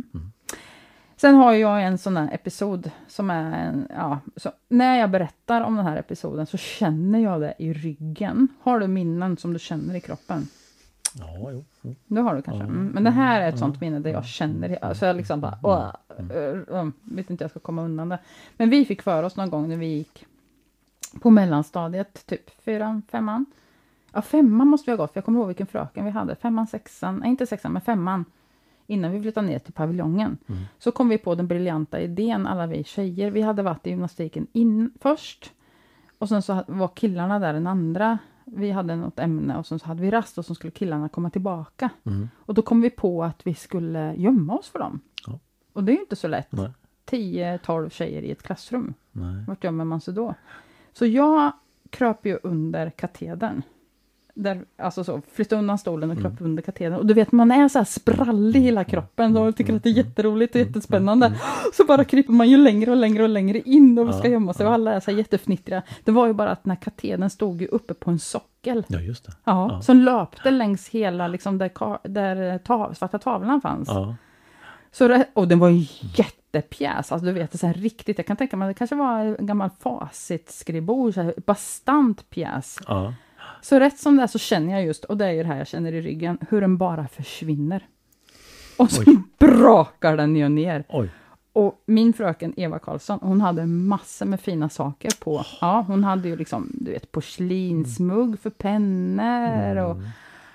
Sen har jag en sån här episod som är så när jag berättar om den här episoden så känner jag det i ryggen. Har du minnen som du känner i kroppen? Ja, jo. Det har du kanske. Men det här är ett sånt minne där jag känner så jag liksom bara vet inte jag ska komma undan det. Men vi fick för oss någon gång när vi gick på mellanstadiet, typ 4-5. Ja, 5 måste vi ha gått, för jag kommer ihåg vilken fröken vi hade. 5-6, inte 6 men 5. Innan vi flyttade ner till paviljongen. Så kom vi på den briljanta idén, alla vi tjejer. Vi hade varit i gymnastiken först. Och sen så var killarna där den andra. Vi hade något ämne och sen så hade vi rast och så skulle killarna komma tillbaka. Och då kom vi på att vi skulle gömma oss för dem. Ja. Och det är ju inte så lätt. 10-12 tjejer i ett klassrum. Vart gömmer man sig då? Så jag kröp ju under katedern. Där, alltså så, flytta undan stolen och kröp under katedern. Och du vet, man är så här sprallig i hela kroppen och tycker att det är jätteroligt och jättespännande. Så bara kryper man ju längre och längre och längre in och ska gömma sig. Och alla är så här jättefnittriga. Det var ju bara att den här katedern stod ju uppe på en sockel. Ja, just det. Ja. Som löpte längs hela, liksom där svarta tavlan fanns. Ja. Så och den var ju jättepjäs. Alltså du vet, det så här riktigt. Jag kan tänka mig, det kanske var en gammal facitskribord. Så här bastant pjäs. Ja. Så rätt som det är så känner jag just, och det är ju det här jag känner i ryggen, hur den bara försvinner. Och så brakar den ju ner. Oj. Och min fröken Eva Karlsson, hon hade massor med fina saker på. Ja, hon hade ju liksom, du vet, porslinsmugg för pennor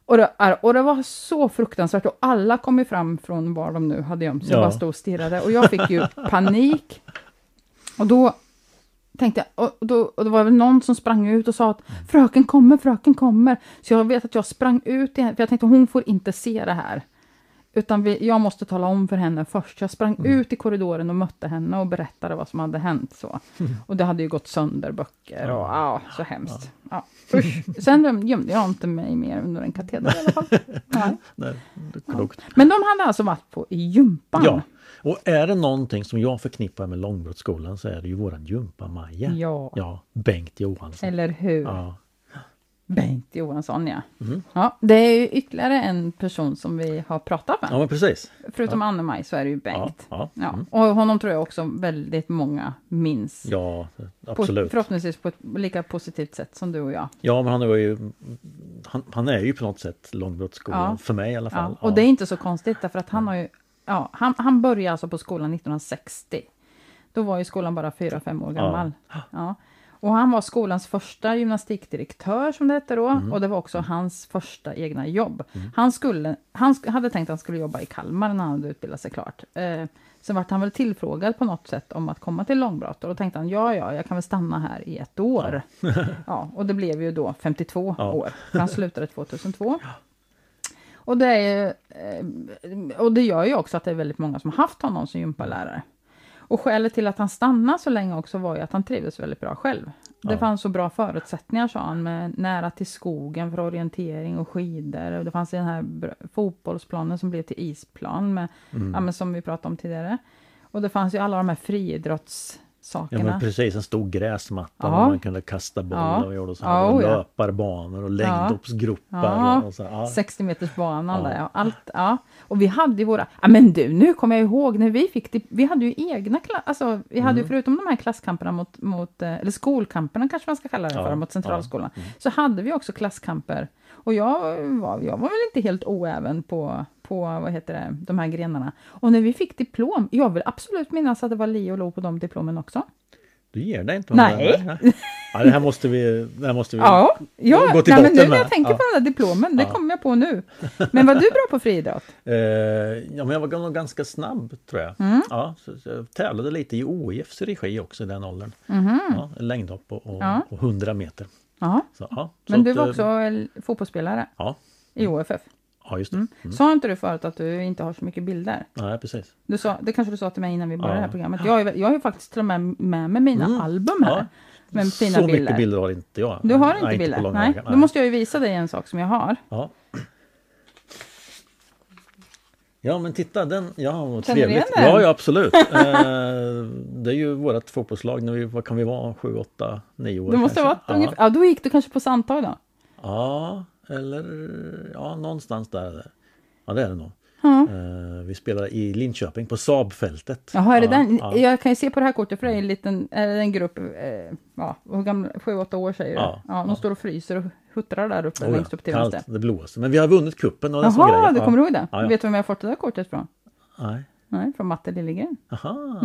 Och det var så fruktansvärt. Och alla kom ju fram från var de nu hade gömt sig. Ja. Bara stod och stirrade. Och jag fick ju panik. Och då tänkte jag, och det var väl någon som sprang ut och sa att fröken kommer. Så jag vet att jag sprang ut igen, för jag tänkte hon får inte se det här. Utan jag måste tala om för henne först. Jag sprang ut i korridoren och mötte henne och berättade vad som hade hänt. Så. Och det hade ju gått sönder böcker och så hemskt. Ja. Sen gömde jag inte mig mer under en kateder i alla fall. Nej, det är klokt. Men de hade alltså varit på i gympan. Ja. Och är det någonting som jag förknippar med Långbrottsskolan så är det ju våran gympamaja. Ja, Bengt Johansson. Eller hur? Ja. Bengt Johansson, ja. Ja. Det är ju ytterligare en person som vi har pratat med. Ja, men precis. Förutom Anne-Maj så är det ju Bengt. Ja. Och honom tror jag också väldigt många minns. Ja, absolut. Förhoppningsvis på ett lika positivt sätt som du och jag. Ja, men han är ju på något sätt Långbrottsskolan, för mig i alla fall. Ja. Och det är inte så konstigt därför att han har ju han började alltså på skolan 1960. Då var ju skolan bara 4-5 år gammal. Ja. Och han var skolans första gymnastikdirektör som det hette då. Och det var också hans första egna jobb. Han hade tänkt att han skulle jobba i Kalmar när han hade utbildat sig klart. Sen var han väl tillfrågad på något sätt om att komma till Långbrott. Och då tänkte han, jag kan väl stanna här i 1 år. Ja, och det blev ju då 52 år. För han slutade 2002. Och det gör ju också att det är väldigt många som har haft honom som gympalärare. Och skälet till att han stannade så länge också var ju att han trivdes väldigt bra själv. Det fanns så bra förutsättningar, sa han, med nära till skogen för orientering och skidor. Och det fanns den här fotbollsplanen som blev till isplan med, som vi pratade om tidigare. Och det fanns ju alla de här friidrottssakerna. Ja, men precis, en stor gräsmatta och man kunde kasta bollar och göra så här, och löparbanor och längdhoppsgropar och så. 60 meters banan där, allt, och vi hade ju våra, men du, nu kommer jag ihåg när vi fick vi hade ju egna vi hade ju förutom de här klasskamperna mot eller skolkamperna kanske man ska kalla det för, mot centralskolan, så hade vi också klasskamper. Och jag var väl inte helt oäven på vad heter det, de här grenarna. Och när vi fick diplom, jag vill absolut minnas att det var li och lo på de diplomen också. Du ger dig inte. Nej. Ja, det här måste vi gå till botten med. Nu när jag tänker på den där diplomen, det kommer jag på nu. Men var du bra på friidrott? Ja, men jag var nog ganska snabb, tror jag. Ja, så jag tävlade lite i OIFs regi också i den åldern. Ja, längdhopp och 100 meter. Men du var också fotbollsspelare i OFF? Ja, just det. Sa inte du förut att du inte har så mycket bilder? Nej, precis. Det kanske du sa till mig innan vi började det här programmet. Jag har ju faktiskt till och med mina album här. Med fina så bilder. Mycket bilder har inte jag. Du har inte bilder? Nej. Då måste jag ju visa dig en sak som jag har. Ja, men titta, den, Känner trevligt. Du igen den? Ja, absolut. Det är ju vårt fotbollslag när vad kan vi vara, 7, 8, 9 år. Det måste ha varit ungefär. Ja, då gick du kanske på Sandtorg då? Ja, eller någonstans där. Ja, det är det nog. Vi spelar i Linköping på Saabfältet. Jaha, är det den? Jag kan ju se på det här kortet för det är en grupp, hur gamla, 7-8 år säger du. De står och fryser och huttrar där uppe längst upp till vänster. Det blåser. Men vi har vunnit kuppen och Jaha, du kommer ihåg det? Ja. Vet du vem jag har fått det där kortet från? Nej, från Matte Liljegren. Jaha.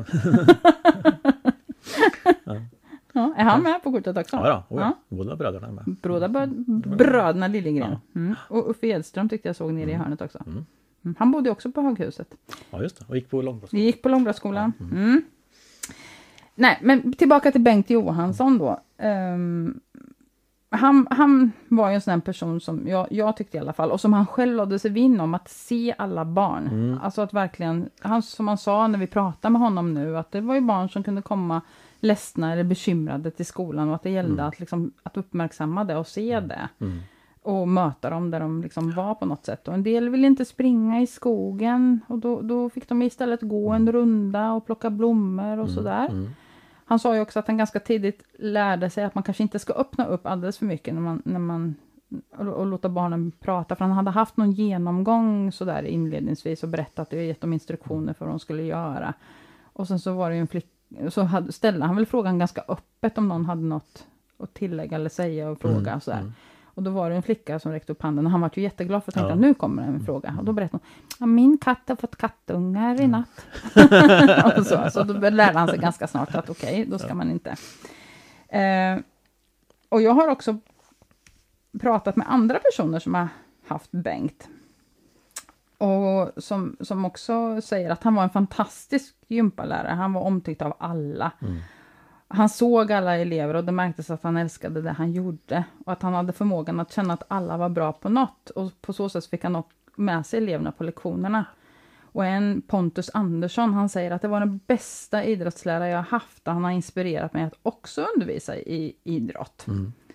Är han med på kortet också? Ja. Båda bröderna är med. Bröderna Liljegren. Och Uffe Edström tyckte jag såg nere i hörnet också. Han bodde också på Höghuset. Ja, just det. Och gick på Långbrottsskolan. Vi gick på Långbrottsskolan. Nej, men tillbaka till Bengt Johansson då. Han var ju en sån person som jag tyckte i alla fall, och som han själv lade sig vinn om, att se alla barn. Alltså att verkligen, som han sa när vi pratade med honom nu, att det var ju barn som kunde komma ledsna eller bekymrade till skolan, och att det gällde att uppmärksamma det och se det. Och möta dem där de liksom var på något sätt. Och en del ville inte springa i skogen, och då fick de istället gå en runda och plocka blommor och sådär. Han sa ju också att han ganska tidigt lärde sig att man kanske inte ska öppna upp alldeles för mycket när man och låta barnen prata. För han hade haft någon genomgång sådär inledningsvis och berättat och gett dem instruktioner för vad de skulle göra. Och sen så var det ju en flicka, så ställde han väl frågan ganska öppet om någon hade något att tillägga eller säga och fråga och sådär. Och då var det en flicka som räckte upp handen, och han var ju jätteglad för att tänka att nu kommer en fråga. Och då berättade hon, min katt har fått kattungar i natt. Och så då lärde han sig ganska snart att okej, då ska man inte. Och jag har också pratat med andra personer som har haft Bengt. Och som också säger att han var en fantastisk gympalärare. Han var omtyckt av alla. Han såg alla elever och det märktes att han älskade det han gjorde. Och att han hade förmågan att känna att alla var bra på något. Och på så sätt fick han med sig eleverna på lektionerna. Och en Pontus Andersson, han säger att det var den bästa idrottslärare jag har haft. Han har inspirerat mig att också undervisa i idrott.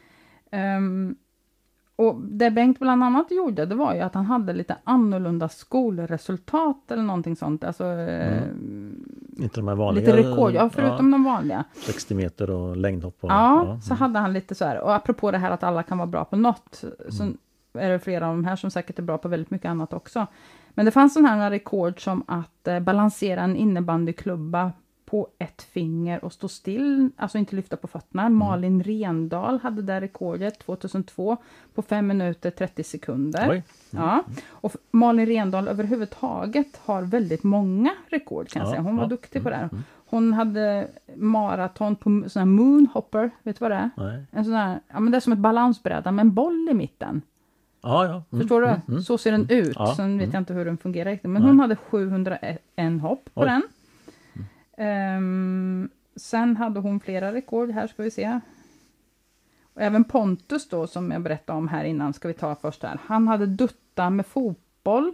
Och det Bengt bland annat gjorde, det var ju att han hade lite annorlunda skolresultat eller någonting sånt. Alltså, inte de här vanliga. Lite rekord, ja, förutom de vanliga. 60 meter och längdhopp. Och, så hade han lite så här. Och apropå det här att alla kan vara bra på något, så är det flera av de här som säkert är bra på väldigt mycket annat också. Men det fanns sådana här rekord som att balansera en innebandyklubba på ett finger och stå still, alltså inte lyfta på fötterna. Malin Rendahl hade det rekordet 2002 på 5 minuter 30 sekunder. Ja. Och Malin Rendahl överhuvudtaget har väldigt många rekord kan jag säga. Hon var duktig på det. Hon hade maraton på sån här moonhopper, vet du vad det är? Nej. En sån här, ja men det är som ett balansbräda med en boll i mitten. Förstår du? Så ser den ut. Sen vet jag inte hur den fungerar riktigt. Men hon hade 701 hopp på den. Sen hade hon flera rekord. Här ska vi se. Och även Pontus då, som jag berättade om här innan, ska vi ta först här. Han hade dutta med fotboll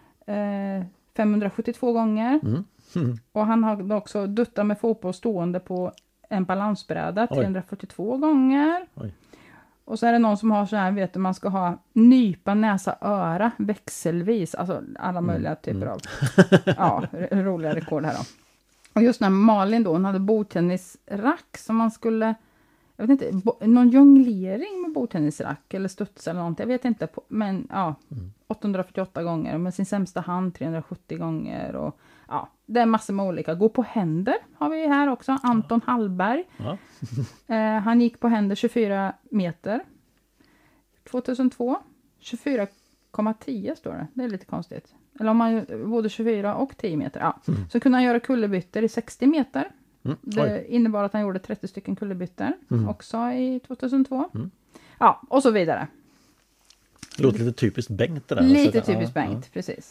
572 gånger. Och han hade också dutta med fotboll stående på en balansbräda 342 gånger. Och så är det någon som har så här, vet du, man ska ha nypa, näsa, öra växelvis. Alltså alla möjliga typer av roliga rekord här då. Och just när Malin då, hon hade bordtennisrack som man skulle, jag vet inte, någon jonglering med bordtennisrack eller studs eller någonting, jag vet inte, men 848 gånger och med sin sämsta hand 370 gånger och det är massor med olika. Gå på händer har vi här också, Anton Hallberg. Han gick på händer 24 meter 2002, 24,10 står det, det är lite konstigt. Eller om man både 24 och 10 meter. Så kunde han göra kullerbyttor i 60 meter. Det innebar att han gjorde 30 stycken kullerbyttor. Också i 2002. Ja, och så vidare. Det låter lite typiskt Bengt det där. Lite typiskt Bengt, precis.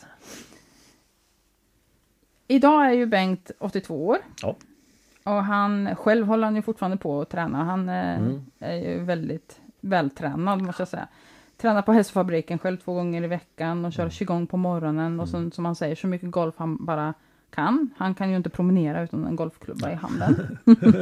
Idag är ju Bengt 82 år. Och han själv håller han ju fortfarande på att träna. Han är ju väldigt vältränad måste jag säga. Tränar på Hästfabriken själv 2 gånger i veckan och kör qigong på morgonen och så, som han säger, så mycket golf han bara kan. Han kan ju inte promenera utan en golfklubba i handen.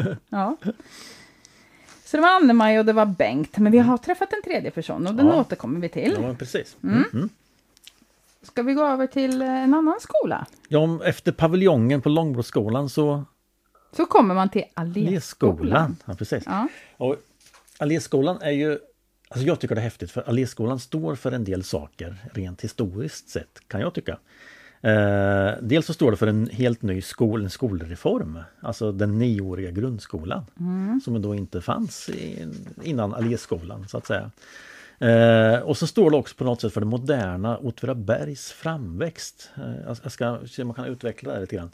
Så det var Anne-Maj och det var Bengt. Men vi har träffat en tredje person och den återkommer vi till. Ja, precis. Ska vi gå över till en annan skola? Ja, efter paviljongen på Långbroskolan så kommer man till Alléskolan. Ja, precis. Och Alléskolan är ju, alltså jag tycker det är häftigt för Alléskolan står för en del saker rent historiskt sett kan jag tycka. Dels så står det för en helt ny skolreform, alltså den 9-åriga grundskolan som då inte fanns innan Alléskolan så att säga. Och så står det också på något sätt för det moderna Åtvidabergs framväxt. Jag ska se om man kan utveckla det lite grann.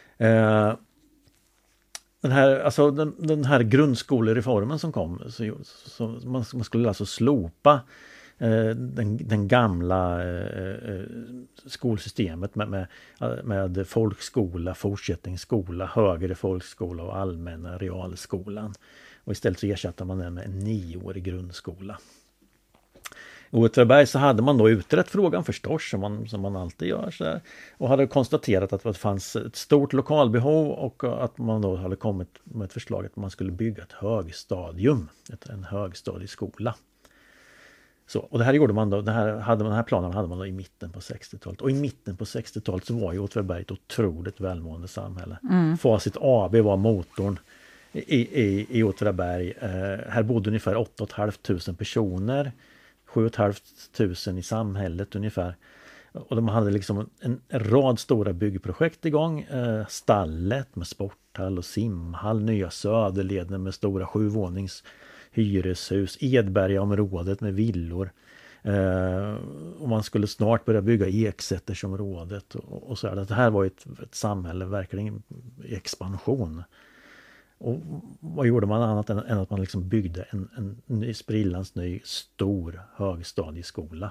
Den här grundskolereformen som kom, så man skulle alltså slopa den gamla skolsystemet med folkskola, fortsättningsskola, högre folkskola och allmänna realskolan. Och istället så ersatte man den med en 9-årig grundskola. I Åtvidaberg så hade man då utrett frågan förstås som man alltid gör så här, och hade konstaterat att det fanns ett stort lokalbehov och att man då hade kommit med ett förslag att man skulle bygga ett högstadium, en högstadieskola. Så, och det här gjorde man då, den här planen hade man då i mitten på 60-talet. Och i mitten på 60-talet så var ju Åtvidaberg ett otroligt välmående samhälle. Facit AB var motorn i Åtvidaberg. Här bodde ungefär 8 500 personer. 7 500 i samhället ungefär. Och de hade liksom en rad stora byggprojekt igång. Stallet med sporthall och simhall. Nya Söderleden med stora 7-vånings hyreshus. Edbergaområdet med villor. Och man skulle snart börja bygga Eksätersområdet. Och så här. Det här var ett samhälle verkligen i expansion. Och vad gjorde man annat än att man liksom byggde en sprillans ny stor högstadieskola?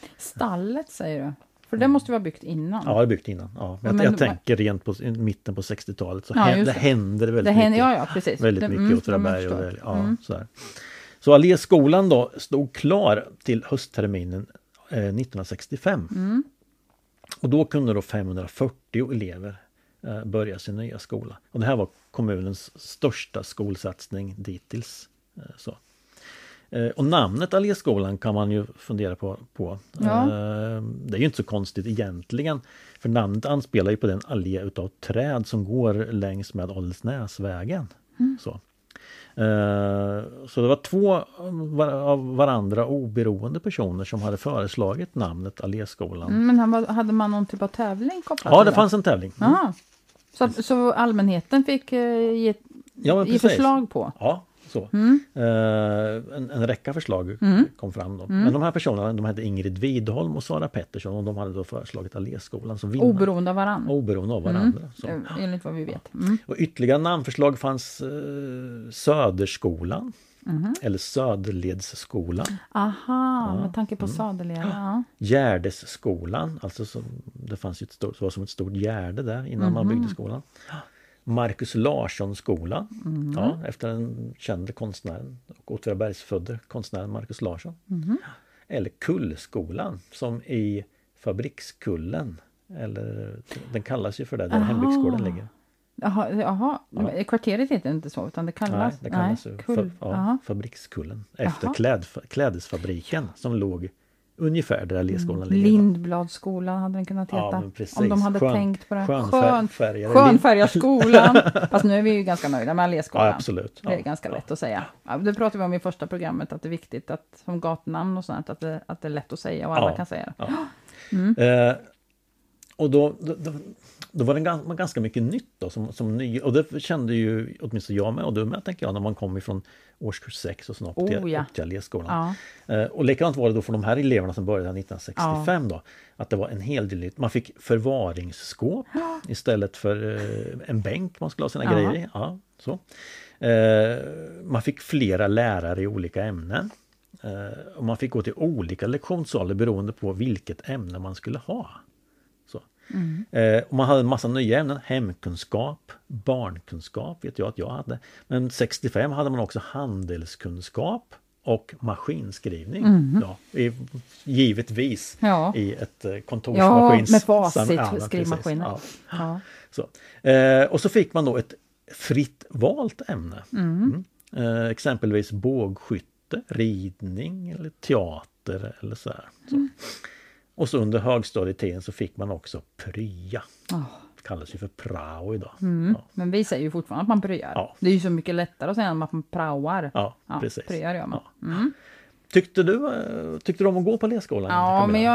Stallet säger du? För det måste vara byggt innan. Ja, det är byggt innan. Ja. Jag tänker rent på mitten på 60-talet så det händer väldigt mycket. Ja, precis. Väldigt mycket i Åtvidaberg. Så Alléskolan då stod klar till höstterminen 1965. Och då kunde då 540 elever börja sin nya skola. Och det här var kommunens största skolsatsning dittills. Så. Och namnet Alléskolan kan man ju fundera på. Ja. Det är ju inte så konstigt egentligen. För namnet anspelar ju på den allé utav träd som går längs med Adelsnäsvägen. Så det var 2 av varandra oberoende personer som hade föreslagit namnet Alléskolan. Men hade man någon typ av tävling kopplat? Ja, det fanns en tävling. Så allmänheten fick ge förslag på? Ja, så. En räcka förslag kom fram då. Men de här personerna, de hette Ingrid Widholm och Sara Pettersson och de hade då föreslagit Alléskolan som vinnare. Oberoende av varandra? Oberoende av varandra. Enligt vad vi vet. Och ytterligare namnförslag fanns Söderskolan. Eller Söderledsskolan. Aha, med tanke på Söderleden. Ja. Gärdesskolan, alltså det fanns ju var som ett stort gärde där innan man byggde skolan. Marcus Larsson-skolan, efter den kände konstnären och Åtvidabergsfödde konstnären Marcus Larsson. Eller Kullskolan som i Fabrikskullen, eller den kallas ju för det där hembygdsgården ligger. Jaha. Kvarteret heter inte så utan det kallas... Nej, det kallas ju Fabrikskullen. Efter klädesfabriken som låg ungefär där Alléskolan ligger. Lindbladsskolan hade den kunnat heta. Om de hade tänkt på det. Skönfärgarskolan. Fast nu är vi ju ganska nöjda med Alléskolan. Ja, absolut. Det är ganska lätt att säga. Ja, det pratade vi om i första programmet att det är viktigt att som gatnamn och sånt att det är lätt att säga och alla kan säga det. Och då var det ganska mycket nytt då, som ny, och det kände ju åtminstone jag med och du med, tänker jag, när man kom ifrån årskurs 6 och snart till Alléskolan. Och likadant var det då för de här eleverna som började 1965 då, att det var en hel del nytt. Man fick förvaringsskåp istället för en bänk man skulle ha sina grejer i. Ja, så. Man fick flera lärare i olika ämnen. Och man fick gå till olika lektionssalar beroende på vilket ämne man skulle ha. Och man hade en massa nya ämnen, hemkunskap, barnkunskap vet jag att jag hade. Men 65 hade man också handelskunskap och maskinskrivning. Givetvis i ett kontorsmaskins... med facit skrivmaskiner. Så. Och så fick man då ett fritt valt ämne. Exempelvis bågskytte, ridning eller teater eller så här. Så. Och så under högstadietiden så fick man också prya. Det kallas ju för prao idag. Men vi säger ju fortfarande att man pryar. Det är ju så mycket lättare att säga än att man praoar. Ja, precis. Pryar gör man. Tyckte du om att gå på Alléskolan? Ja, men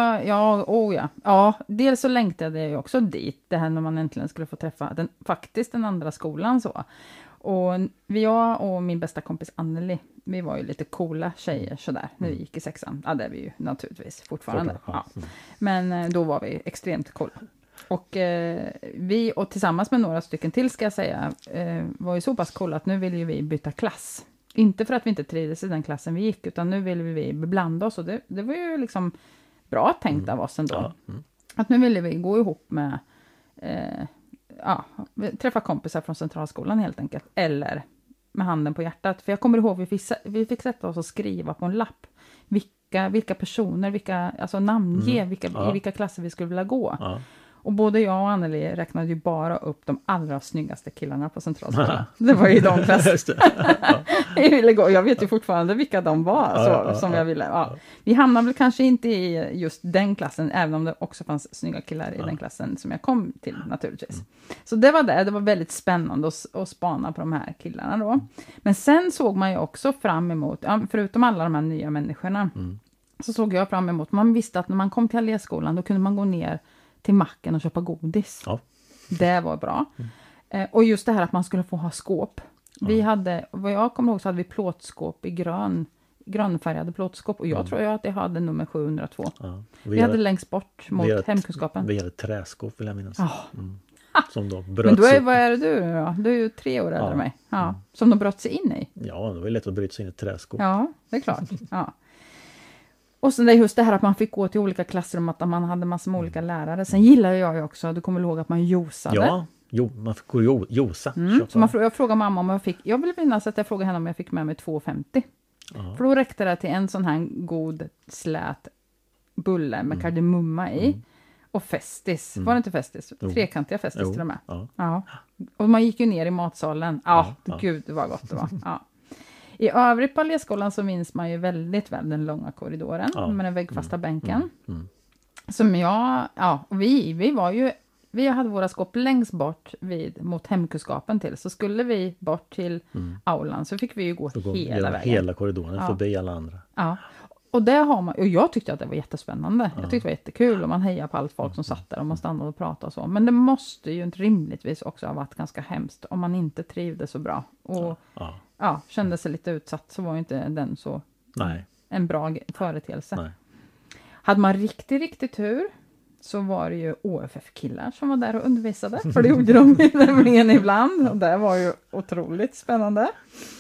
ja, dels så längtade jag också dit. Det här när man äntligen skulle få träffa den andra skolan så. Och jag och min bästa kompis Anneli, vi var ju lite coola tjejer sådär när vi gick i 6:an. Ja, det är vi ju naturligtvis fortfarande. Men då var vi extremt coola. Och vi och tillsammans med några stycken till ska jag säga var ju så pass coola att nu ville ju vi byta klass. Inte för att vi inte trivdes i den klassen vi gick utan nu ville vi beblanda oss och det var ju liksom bra tänkt av oss ändå. Att nu ville vi gå ihop med träffa kompisar från centralskolan helt enkelt. Eller med handen på hjärtat. För jag kommer ihåg vi fick sätta oss och skriva på en lapp. Vilka personer, alltså namnge i vilka klasser vi skulle vilja gå. Och både jag och Anneli räknade ju bara upp de allra snyggaste killarna på centralskolan. Det var ju de klasser. Jag ville gå. Jag vet ju fortfarande vilka de var som jag ville. Vi hamnade väl kanske inte i just den klassen, även om det också fanns snygga killar i den klassen som jag kom till naturligtvis. Så det var väldigt spännande att spana på de här killarna då. Men sen såg man ju också fram emot, förutom alla de här nya människorna, så såg jag fram emot, man visste att när man kom till Alléskolan då kunde man gå ner till macken och köpa godis. Det var bra. Och just det här att man skulle få ha skåp. Vi hade, vad jag kommer ihåg så hade vi plåtskåp i grönfärgade plåtskåp. Och jag tror att det hade nummer 702. Vi hade längst bort mot hemkunskapen. Vi hade träskåp vill jag minnas. Som då men vad är du då? Du är ju 3 år äldre än mig. Som de bröt sig in i. Ja, det var lätt att bryta sig in i ett träskåp. Ja, det är klart. Och sen det är just det här att man fick gå till olika klassrum, att man hade massor med olika lärare. Sen gillar jag ju också, du kommer ihåg att man josade. Ja, man fick gå josa. Så jag frågade mamma om jag fick, jag vill minnas att jag frågade henne om jag fick med mig 2,50. För då räckte det till en sån här god slät bulle med kardemumma i. Och festis, var det inte festis? Trekantiga festis till och med. Ja. Och man gick ju ner i matsalen. Gud det var gott det var. Ja. I övrigt på Alléskolan så minns man ju väldigt väl den långa korridoren med den väggfasta bänken. Som vi hade våra skåp längst bort mot hemkunskapen till. Så skulle vi bort till aulan så fick vi ju gå hela vägen. Hela korridoren förbi alla andra. Ja. Och det har man, och jag tyckte att det var jättespännande. Jag tyckte det var jättekul och man hejar på allt folk som satt där och man stannade och pratade och så. Men det måste ju inte rimligtvis också ha varit ganska hemskt om man inte trivdes så bra. Och kände sig lite utsatt så var ju inte den så en bra företeelse. Nej. Hade man riktigt tur så var det ju OFF-killar som var där och undervisade. För det gjorde de nämligen ibland. Och det var ju otroligt spännande.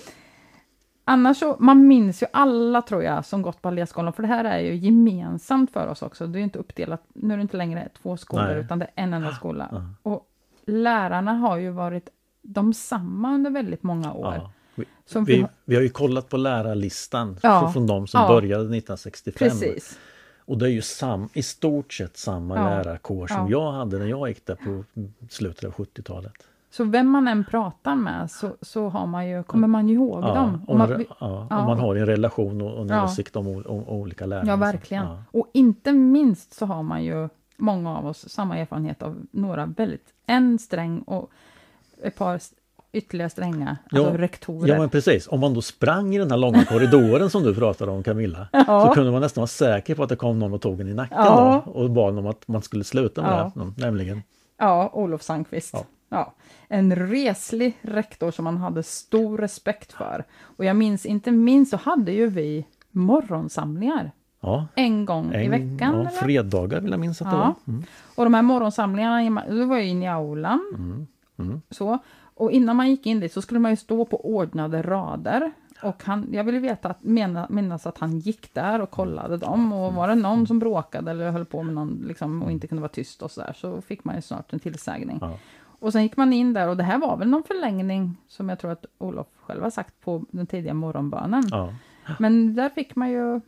Annars så, man minns ju alla tror jag som gått på Alléskolan. För det här är ju gemensamt för oss också. Det är ju inte uppdelat, nu är det inte längre 2 skolor utan det är en enda skola. Och lärarna har ju varit de samma under väldigt många år. Vi har ju kollat på lärarlistan från de som började 1965. Precis. Och det är ju i stort sett samma lärarkår som jag hade när jag gick där på slutet av 70-talet. Så vem man än pratar med så har man ju, kommer man ju ihåg dem. Om man har en relation och en åsikt om olika lärare. Ja, verkligen. Och inte minst så har man ju många av oss samma erfarenhet av några en sträng och ett par ytterligare stränga, alltså rektorer. Ja, men precis. Om man då sprang i den här långa korridoren som du pratade om, Camilla, så kunde man nästan vara säker på att det kom någon och tog en i nacken då, och bad om att man skulle sluta med det, nämligen. Ja, Olof Sandqvist. Ja. En reslig rektor som man hade stor respekt för. Och jag minns, inte minst så hade ju vi morgonsamlingar. Ja. En gång i veckan. Ja, fredagar vill jag minnas att det var. Och de här morgonsamlingarna, då var jag inne i aulan. Så. Och innan man gick in dit så skulle man ju stå på ordnade rader. Och jag ville veta minnas att han gick där och kollade dem. Och var det någon som bråkade eller höll på med någon liksom, och inte kunde vara tyst och sådär, så fick man ju snart en tillsägning. Ja. Och sen gick man in där och det här var väl någon förlängning som jag tror att Olof själv har sagt på den tidiga morgonbönen. Ja. Men där fick man ju,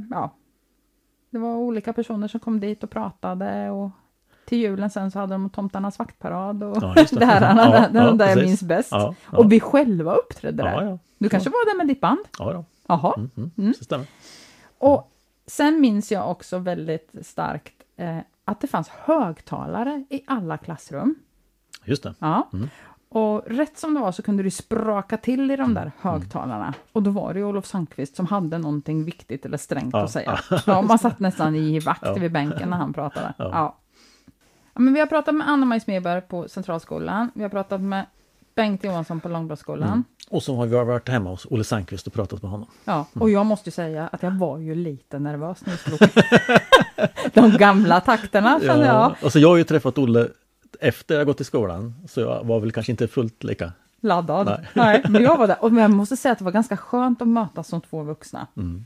det var olika personer som kom dit och pratade och till julen sen så hade de tomtarnas vaktparad och det här där jag minns bäst. Ja, ja. Och vi själva uppträdde där. Ja. Du kanske var där med ditt band? Ja då. Jaha. Så stämmer. Och sen minns jag också väldigt starkt att det fanns högtalare i alla klassrum. Just det. Ja. Och rätt som det var så kunde du spraka till i de där högtalarna. Och då var det ju Olof Sandqvist som hade någonting viktigt eller strängt att säga. Ja, man satt nästan i vakt vid bänken när han pratade. Ja. Men vi har pratat med Anna-Maj Smedberg på Centralskolan. Vi har pratat med Bengt Johansson på Långbladsskolan. Och så har vi varit hemma hos Olle Sandqvist och pratat med honom. Ja, och jag måste ju säga att jag var ju lite nervös när jag slog de gamla takterna, kände jag. Alltså jag har ju träffat Olle efter jag gått i skolan, så jag var väl kanske inte fullt lika laddad. Nej, men jag var där. Och jag måste säga att det var ganska skönt att mötas som 2 vuxna.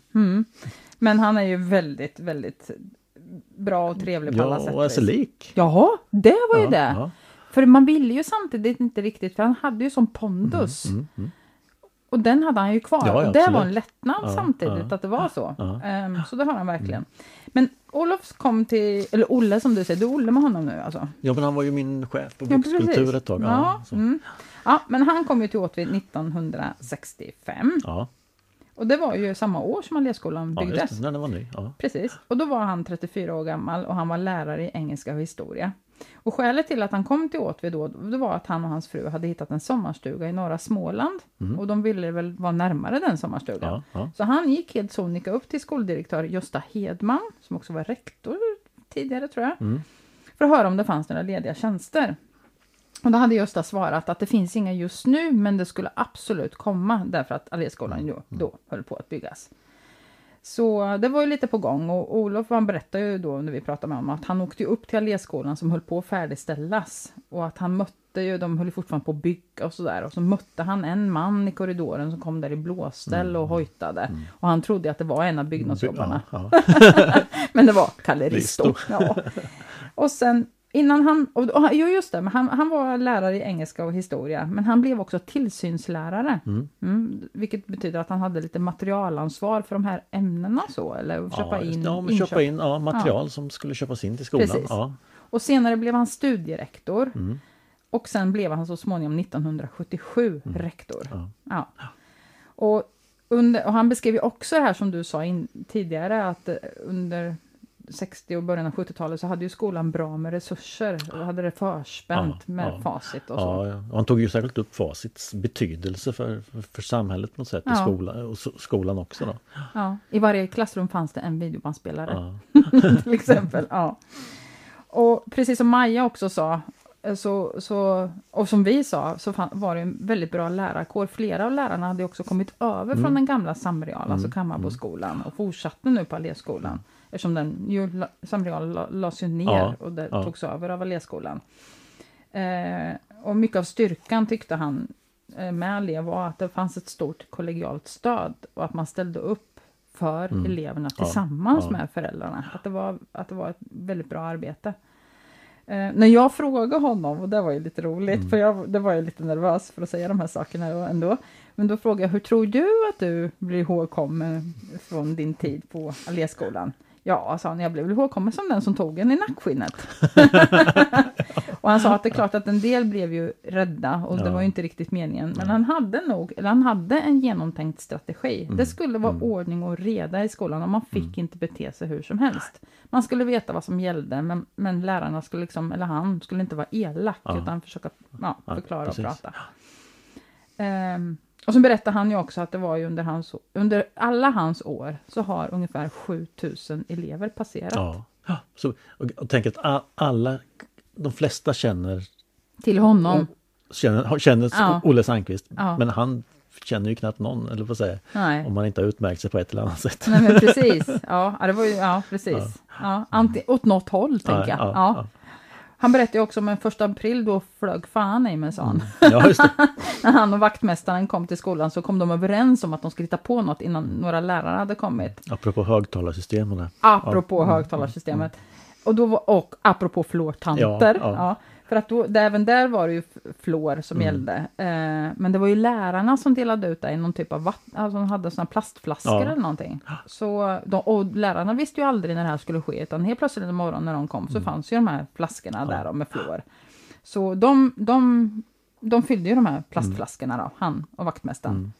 Men han är ju väldigt, väldigt bra och trevlig på alla sätt. Ja, och är så lik. Jaha, det var ju det. Ja. För man ville ju samtidigt inte riktigt, för han hade ju som pondus. Och den hade han ju kvar. Ja, och det var en lättnad samtidigt att det var så. Så det har han verkligen. Men Olof kom till, eller Olle som du säger, du är Olle med honom nu alltså? Ja, men han var ju min chef på Vuxkultur ett tag. Ja, men han kom ju till Åtvid 1965. Ja. Och det var ju samma år som Alléskolan byggdes. Ja, just det, när den var ny. Ja. Precis. Och då var han 34 år gammal och han var lärare i engelska och historia. Och skälet till att han kom till Åtvid då, det var att han och hans fru hade hittat en sommarstuga i norra Småland. Och de ville väl vara närmare den sommarstugan. Ja. Så han gick helt sonika upp till skoldirektör Gösta Hedman, som också var rektor tidigare tror jag. För att höra om det fanns några lediga tjänster. Och då hade Gösta svarat att det finns inga just nu, men det skulle absolut komma därför att Alléskolan då höll på att byggas. Så det var ju lite på gång, och Olof han berättade ju då när vi pratade med honom att han åkte upp till Alléskolan som höll på att färdigställas, och att han mötte ju, de höll fortfarande på att bygga och sådär, och så mötte han en man i korridoren som kom där i blåställ och hojtade, och han trodde att det var en av byggnadsjobbarna. Men det var Kalle Risto. Ja. Och sen innan han, jo just det, men han var lärare i engelska och historia, men han blev också tillsynslärare. Vilket betyder att han hade lite materialansvar för de här ämnena så, eller köpa in material som skulle köpas in till skolan. Precis. Ja. Och senare blev han studierektor. Och sen blev han så småningom 1977 rektor. Ja. Och han beskrev ju också det här som du sa tidigare, att under 60 och början av 70-talet så hade ju skolan bra med resurser och hade det förspänt med facit och så. Ja. Och han tog ju säkert upp facits betydelse för samhället på något sätt i skolan också då. Ja, i varje klassrum fanns det en videobandspelare till exempel. Ja. Och precis som Maja också sa, och som vi sa, så var det en väldigt bra lärarkår. Flera av lärarna hade också kommit över från den gamla Samreal, alltså Kammarboskolan, och fortsatte nu på Alléskolan. Eftersom Samreal lades ju ner och det togs över av Alléskolan. Och mycket av styrkan tyckte han med Allé var att det fanns ett stort kollegialt stöd, och att man ställde upp för eleverna tillsammans med föräldrarna. Att det var ett väldigt bra arbete. När jag frågade honom, och det var ju lite roligt, för det var ju lite nervös för att säga de här sakerna ändå. Men då frågade jag, hur tror du att du blir ihågkommen från din tid på Alléskolan? Ja, sa han, jag blev ihågkommen som den som tog en i nackskinnet. Och han sa att det är klart att en del blev ju rädda, och det var ju inte riktigt meningen. Men han hade en genomtänkt strategi. Det skulle vara ordning och reda i skolan, och man fick inte bete sig hur som helst. Man skulle veta vad som gällde, men lärarna skulle han skulle inte vara elak, utan försöka förklara och prata. Och så berättar han ju också att det var ju under alla hans år så har ungefär 7000 elever passerat. Ja. Så, och tänk att de flesta känner till honom. Känner Olle Sandqvist, men han känner ju knappt någon, eller vad säger, om man inte har utmärkt sig på ett eller annat sätt. Nej, men precis. Det var ju precis. Åt något håll, tänker jag. Ja. Han berättade också om en 1 april då flög fan i med sån. Ja, just det. När han och vaktmästaren kom till skolan så kom de överens om att de skulle hitta på något innan några lärare hade kommit. Apropå högtalarsystemet. Högtalarsystemet. Och apropå fluortanter. Ja. För att även där var det ju fluor som gällde. Men det var ju lärarna som delade ut det i någon typ av vatten. Alltså de hade såna plastflaskor eller någonting. Och lärarna visste ju aldrig när det här skulle ske. Utan helt plötsligt en morgon när de kom så fanns ju de här flaskorna där med fluor. Så de fyllde ju de här plastflaskorna då, han och vaktmästaren.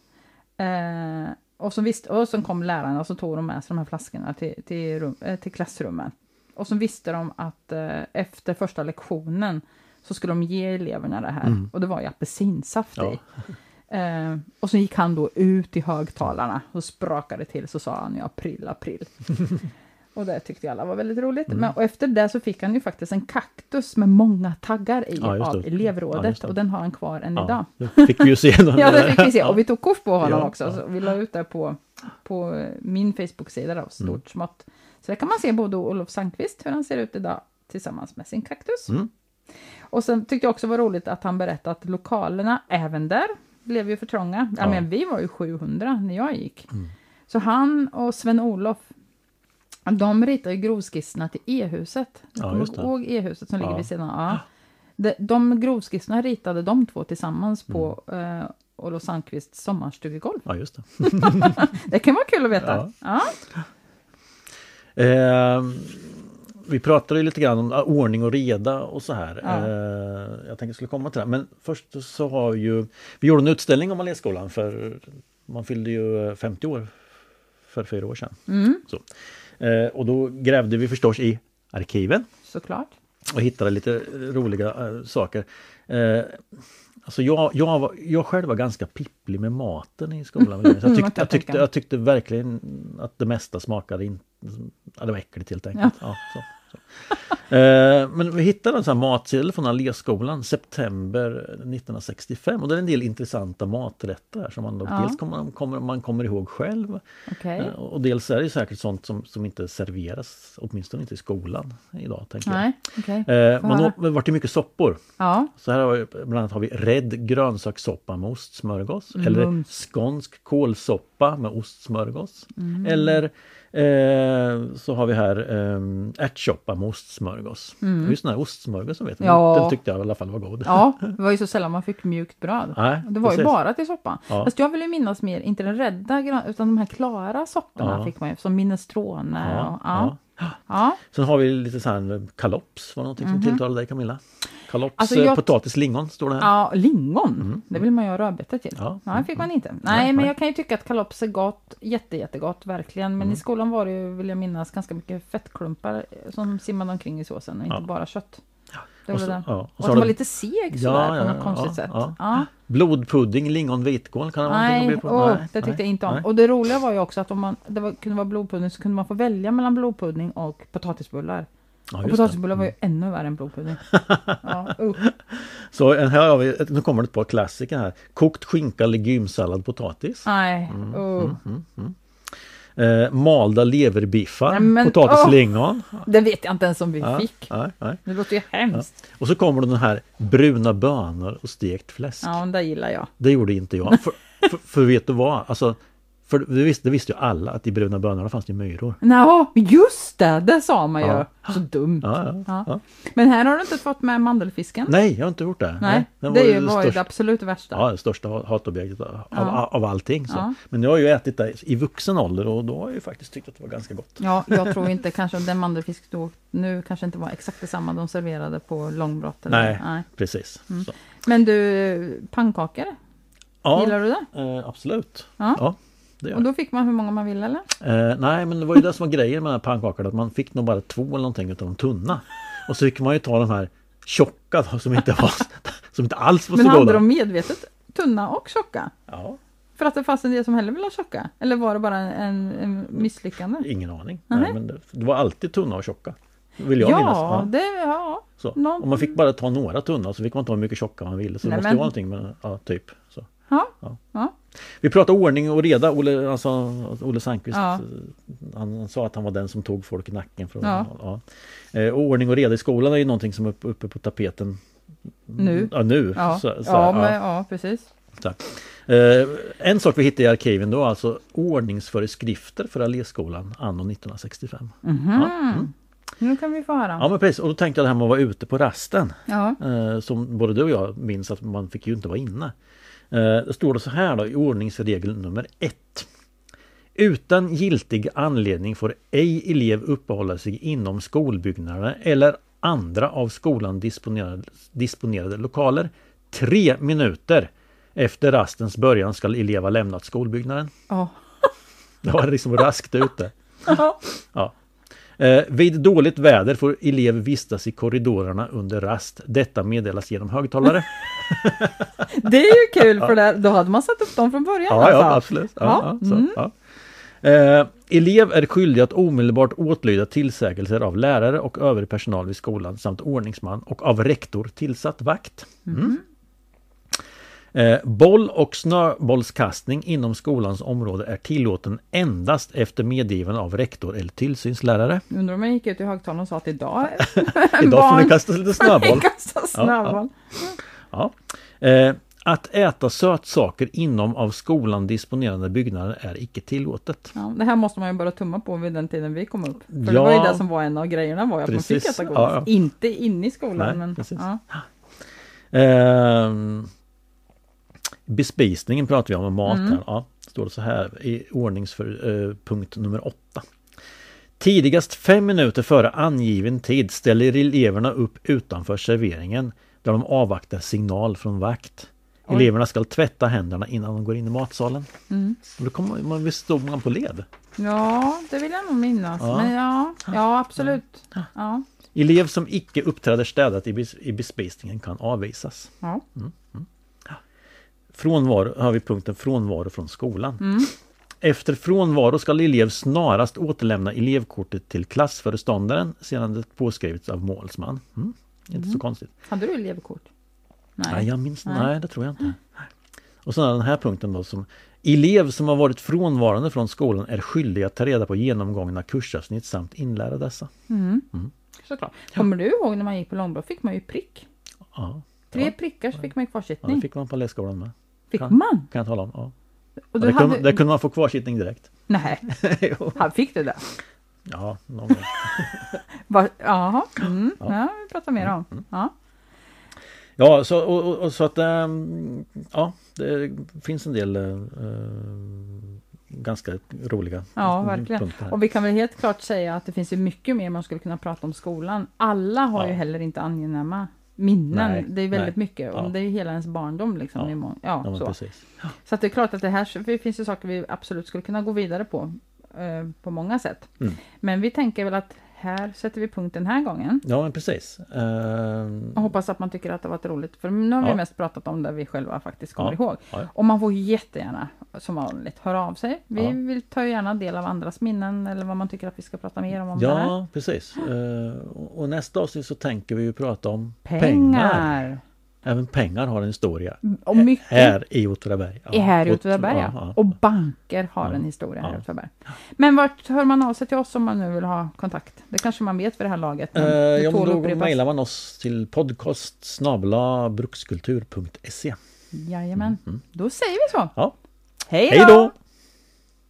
Och så kom lärarna och så tog de med sig de här flaskorna till klassrummen. Och så visste de att efter första lektionen så skulle de ge eleverna det här. Och det var ju apelsinsaft i. Och så gick han då ut i högtalarna och sprakade till, så sa han ju april. Och det tyckte alla var väldigt roligt. Och efter det så fick han ju faktiskt en kaktus med många taggar i av elevrådet. Och den har han kvar än idag. Det fick vi ju se. Det fick vi se. Och vi tog kort på honom också. Så vi la ut det på min Facebook-sida då, stort smått. Så där kan man se både Olof Sandqvist, hur han ser ut idag, tillsammans med sin kaktus. Och sen tyckte jag också var roligt att han berättade att lokalerna även där blev ju för trånga. Men vi var ju 700 när jag gick. Så han och Sven-Olof, de ritade ju grovskisserna till E-huset. Jag kommer ihåg E-huset som ligger vid sidan. De grovskisserna ritade de två tillsammans på Olof Sandqvists sommarstugegolv. Ja, just det. Det kan vara kul att veta. Ja. Vi pratade ju lite grann om ordning och reda och så här. Jag tänkte jag skulle komma till det. Men först så har vi gjorde en utställning om Alléskolan, för man fyllde ju 50 år för 4 år sedan. Så. Och då grävde vi förstås i arkiven. Såklart. Och hittade lite roliga saker. Alltså jag själv var ganska pipplig med maten i skolan. Jag tyckte verkligen att det mesta smakade det var äckligt helt enkelt. Ja. Men vi hittade en sån här matsedel från Alléskolan september 1965 och det är en del intressanta maträtter här som man då dels man kommer ihåg själv och dels är det säkert sånt som inte serveras, åtminstone inte i skolan idag, tänker jag. Men då var det mycket soppor. Ja. Så här har vi, bland annat har vi rädd grönsakssoppa med ostsmörgås eller skånsk kålsoppa med ostsmörgås eller så har vi här ärtsoppa med ostsmörgås. Just den här ostsmörgås som vet den tyckte jag i alla fall var god. Ja, det var ju så sällan man fick mjukt bröd. Nej, det var ju bara till soppan. Ja. Fast jag vill ju minnas mer, inte den rädda utan de här klara sopporna fick man ju, som minestrone. Ja. Sen har vi lite så här kalops, var någonting som tilltalade dig, Camilla? Kalops, alltså potatis, lingon står det här. Ja, lingon. Det vill man ju ha rödbetor till. Ja. Nej, fick man inte. Nej, men jag kan ju tycka att kalops är gott, jättegott verkligen. Men i skolan var det ju, vill jag minnas, ganska mycket fettklumpar som simmade omkring i såsen och inte bara kött. Det var och så, det. Och att det var lite seg sådär på något konstigt sätt. Ja. Blodpudding, lingon, vitkål kan det vara någonting att bli på. Nej, det tyckte jag inte om. Nej. Och det roliga var ju också att om kunde vara blodpudding så kunde man få välja mellan blodpudding och potatisbullar. Ja, och potatisbullar var ju ännu värre än blodpudding. Så här har vi, nu kommer det ett par klassiker här. Kokt skinka, legumsallad, potatis. Nej. Malda leverbiffar, potatis, lingon. Det vet jag inte ens om vi fick. Nej. Det låter ju hemskt. Och så kommer den här bruna bönor och stekt fläsk. Ja, det gillar jag. Det gjorde inte jag. För vet du vad? Alltså, för det visste ju alla att i bruna bönorna fanns det myror. Ja, just det sa man ju. Så dumt. Ja. Men här har du inte fått med mandelfisken? Nej, jag har inte gjort det. Nej, det var ju det absolut värsta. Ja, det största hatobjektet av allting. Så. Men jag har ju ätit det i vuxen ålder och då har jag ju faktiskt tyckt att det var ganska gott. Ja, jag tror inte kanske den mandelfisk då nu kanske inte var exakt detsamma de serverade på långbrott. Nej, precis. Så. Men du, pannkakor? Gillar du det? Absolut. Ja. Och då fick man hur många man ville, eller? Nej, men det var ju det som var grejen med den här pannkakorna, att man fick nog bara 2 eller någonting utav de tunna. Och så fick man ju ta de här tjocka som inte alls var så goda. Men hade de medvetet tunna och tjocka? Ja. För att det fanns en del som hellre ville ha tjocka? Eller var det bara en misslyckande? Ingen aning. Nej, men det var alltid tunna och tjocka. Vill jag minnas. Så. Om man fick bara ta några tunna så fick man ta hur mycket tjocka man ville. Så det måste ju vara någonting med, typ så. Ja. Vi pratade ordning och reda. Olle Sandqvist han sa att han var den som tog folk i nacken. Och ordning och reda i skolan är ju någonting som är uppe på tapeten nu. Ja, precis. Så. En sak vi hittade i arkiven då, alltså ordningsföreskrifter för Alléskolan anno 1965. Nu kan vi få höra. Ja, men precis. Och då tänkte jag det här med att vara ute på rasten. Som både du och jag minns att man fick ju inte vara inne. Det står det så här då i ordningsregel nummer 1. Utan giltig anledning får ej elev uppehålla sig inom skolbyggnader eller andra av skolan disponerade lokaler 3 minuter efter rastens början ska elev ha lämnat skolbyggnaden. Det var liksom raskt ute. Vid dåligt väder får elev vistas i korridorerna under rast. Detta meddelas genom högtalare. Det är ju kul för då hade man satt upp dem från början. Ja, absolut. Elev är skyldig att omedelbart åtlyda tillsägelser av lärare och övrig personal vid skolan samt ordningsman och av rektor tillsatt vakt. Boll- och snöbollskastning inom skolans område är tillåten endast efter medgivande av rektor eller tillsynslärare. Undrar om jag gick ut i högtalaren och sa att idag får ni kasta lite snöboll. Att äta sötsaker inom av skolan disponerande byggnader är icke tillåtet. Ja, det här måste man ju bara tumma på vid den tiden vi kom upp. För det var ju det som var en av grejerna var att man fick äta godis. Inte inne i skolan. Nej, men, bespisningen pratar vi om mat här. Står det så här i punkt nummer 8. Tidigast 5 minuter före angiven tid ställer eleverna upp utanför serveringen där de avvaktar signal från vakt. Eleverna ska tvätta händerna innan de går in i matsalen. Och då kommer man visst stå man på led. Ja, det vill jag nog minnas. Men ja absolut. Ja. Elev som icke uppträder städat i bespisningen kan avvisas. Frånvaro har vi punkten frånvaro från skolan. Efter frånvaro ska elev snarast återlämna elevkortet till klassföreståndaren sedan det påskrivits av målsman. Inte så konstigt. Hade du elevkort? Nej, jag minns. Nej, det tror jag inte. Och så den här punkten då som elev som har varit frånvarande från skolan är skyldig att ta reda på genomgångna kursavsnitt samt inlära dessa. Såklart. Kommer du ihåg när man gick på långblå fick man ju prick? Ja. 3 prickar så fick man ju kvarsittning. Ja, det fick man på lässkolan med. Fick man? Kan jag tala om, ja. Och Det kunde man få kvarsittning direkt. Nej, han fick du det? Ja, någon gång. Jaha, ja, vi pratar mer om. Ja. Ja, så att det finns en del ganska roliga verkligen. punkter. Och vi kan väl helt klart säga att det finns ju mycket mer man skulle kunna prata om skolan. Alla har ju heller inte angenäma minnen. Nej, det är väldigt mycket. Och det är hela ens barndom liksom. Så. Precis. Så att det är klart att det finns ju saker vi absolut skulle kunna gå vidare på många sätt. Men vi tänker väl att här sätter vi punkt den här gången. Ja, men precis. Och hoppas att man tycker att det har varit roligt. För nu har vi mest pratat om det vi själva faktiskt kommer ihåg. Och man får jättegärna, som vanligt, höra av sig. Vi vill ta gärna del av andras minnen eller vad man tycker att vi ska prata mer om det här. Ja, precis. Och nästa avsnitt så tänker vi ju prata om pengar. Även pengar har en historia. Och mycket här i Åtvidaberg. Här i Åtvidaberg, Och banker har en historia här i Åtvidaberg. Men vart hör man av sig till oss om man nu vill ha kontakt? Det kanske man vet för det här laget. Då mejlar man oss till podcast@brukskultur.se. Jajamän. Då säger vi så. Ja. Hej då!